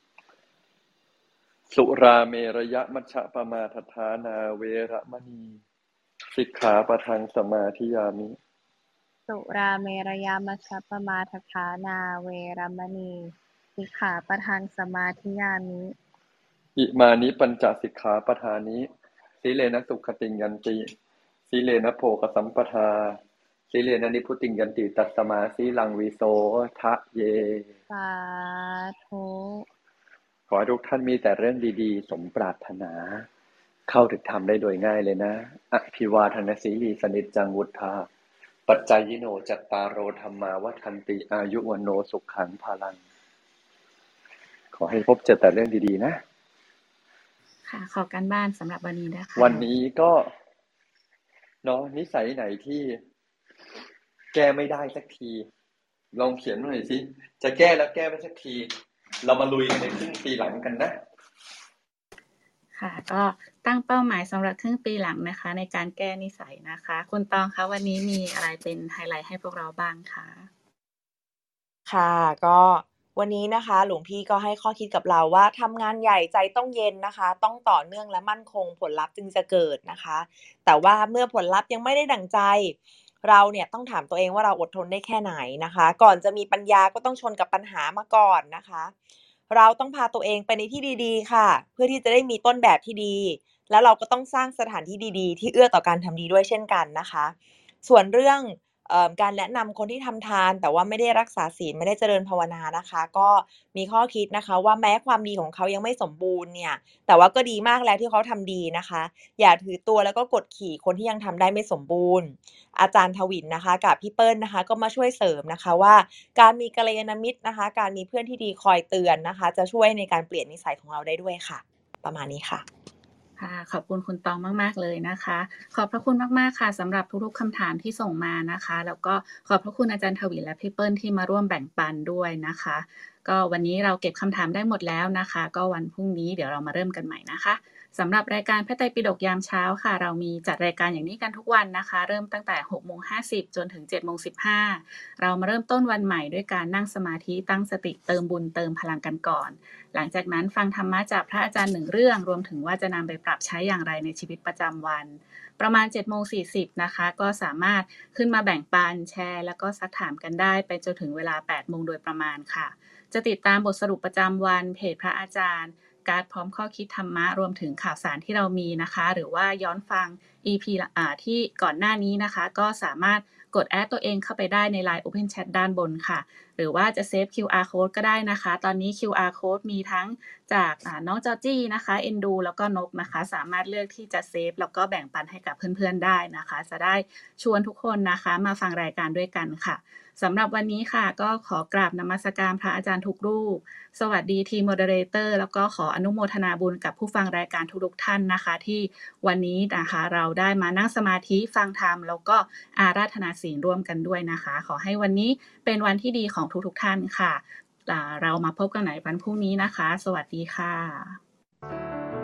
สุราเมรยมัชฌปมาทฐานาเวรมณีสิกขาปะทังสมาธิยามิสุราเมรยมัชฌปมาทฐานาเวรมณีสิกขาปะทังสมาธิยามิอิมานิปัญจสิกขาปทานิสีเลนะสุขติงยันติสีเลนะโภคสัมปทาสีเลนะนิพุติงยันติตัสสมาสีลังวิโสทะเยสาธุขอให้ทุกท่านมีแต่เรื่องดีๆสมปรารถนาเข้าถึงธรรมได้โดยง่ายเลยนะอภิวาทนาสีลีสนิจจังวุฒาปัจจายโนจัตตารโอธรรมาวัฏันติอายุวโนสุขังพลังขอให้พบเจอแต่เรื่องดีๆนะค่ะขอการบ้านสำหรับวันนี้นะคะวันนี้ก็เนาะนิสัยไหนที่แก้ไม่ได้สักทีลองเขียนหน่อยสิจะแก้แล้วแก้ไม่สักทีเรามาลุยกันในครึ่งปีหลังกันนะค่ะก็ตั้งเป้าหมายสำหรับครึ่งปีหลังนะคะในการแก้นิสัยนะคะคุณตองคะวันนี้มีอะไรเป็นไฮไลท์ให้พวกเราบ้างคะค่ะก็วันนี้นะคะหลวงพี่ก็ให้ข้อคิดกับเราว่าทำงานใหญ่ใจต้องเย็นนะคะต้องต่อเนื่องและมั่นคงผลลัพธ์จึงจะเกิดนะคะแต่ว่าเมื่อผลลัพธ์ยังไม่ได้ดั่งใจเราเนี่ยต้องถามตัวเองว่าเราอดทนได้แค่ไหนนะคะก่อนจะมีปัญญาก็ต้องชนกับปัญหามาก่อนนะคะเราต้องพาตัวเองไปในที่ดีๆค่ะเพื่อที่จะได้มีต้นแบบที่ดีแล้วเราก็ต้องสร้างสถานที่ดีๆที่เอื้อต่อการทำดีด้วยเช่นกันนะคะส่วนเรื่องเอ่อการแนะนำคนที่ทำทานแต่ว่าไม่ได้รักษาศีลไม่ได้เจริญภาวนานะคะก็มีข้อคิดนะคะว่าแม้ความดีของเขายังไม่สมบูรณ์เนี่ยแต่ว่าก็ดีมากแล้วที่เขาทำดีนะคะอย่าถือตัวแล้วก็กดขี่คนที่ยังทำได้ไม่สมบูรณ์อาจารย์ทวินนะคะกับพี่เปิ้ลนะคะก็มาช่วยเสริมนะคะว่าการมีกัลยาณมิตรนะคะการมีเพื่อนที่ดีคอยเตือนนะคะจะช่วยในการเปลี่ยนนิสัยของเราได้ด้วยค่ะประมาณนี้ค่ะค่ะขอบคุณคุณตองมากๆเลยนะคะขอบพระคุณมากๆค่ะสำหรับทุกๆคำถามที่ส่งมานะคะแล้วก็ขอบพระคุณอาจารย์ทวินและพี่เปิ้ลที่มาร่วมแบ่งปันด้วยนะคะก็วันนี้เราเก็บคำถามได้หมดแล้วนะคะก็วันพรุ่งนี้เดี๋ยวเรามาเริ่มกันใหม่นะคะสำหรับรายการพระไตรปิฎกยามเช้าค่ะเรามีจัดรายการอย่างนี้กันทุกวันนะคะเริ่มตั้งแต่ หกโมงห้าสิบ จนถึง เจ็ดโมงสิบห้า เรามาเริ่มต้นวันใหม่ด้วยการนั่งสมาธิตั้งสติเติมบุญเติมพลังกันก่อนหลังจากนั้นฟังธรรมะจากพระอาจารย์หนึ่งเรื่องรวมถึงว่าจะนำไปปรับใช้อย่างไรในชีวิตประจำวันประมาณ เจ็ดโมงสี่สิบ นะคะก็สามารถขึ้นมาแบ่งปันแชร์แล้วก็ซักถามกันได้ไปจนถึงเวลา แปดโมงโดยประมาณค่ะจะติดตามบทสรุปประจำวันเพจพระอาจารย์การ์ดพร้อมข้อคิดธรรมะรวมถึงข่าวสารที่เรามีนะคะหรือว่าย้อนฟัง อี พี อ่าที่ก่อนหน้านี้นะคะก็สามารถกดแอดตัวเองเข้าไปได้ใน ไลน์ Open Chat ด้านบนค่ะหรือว่าจะเซฟ คิว อาร์ Code ก็ได้นะคะตอนนี้ คิว อาร์ Code มีทั้งจากน้องจอจี้นะคะเอ็นดูแล้วก็นกนะคะสามารถเลือกที่จะเซฟแล้วก็แบ่งปันให้กับเพื่อนๆได้นะคะจะได้ชวนทุกคนนะคะมาฟังรายการด้วยกันค่ะสำหรับวันนี้ค่ะก็ขอกราบนมัสการพระอาจารย์ทุกรูปสวัสดีทีมโมเดเลเตอร์แล้วก็ขออนุโมทนาบุญกับผู้ฟังรายการทุกๆท่านนะคะที่วันนี้นะคะเราได้มานั่งสมาธิฟังธรรมแล้วก็อาราธนาศีลร่วมกันด้วยนะคะขอให้วันนี้เป็นวันที่ดีของทุกๆท่านค่ะเรามาพบกันใหม่วันพรุ่งนี้นะคะสวัสดีค่ะ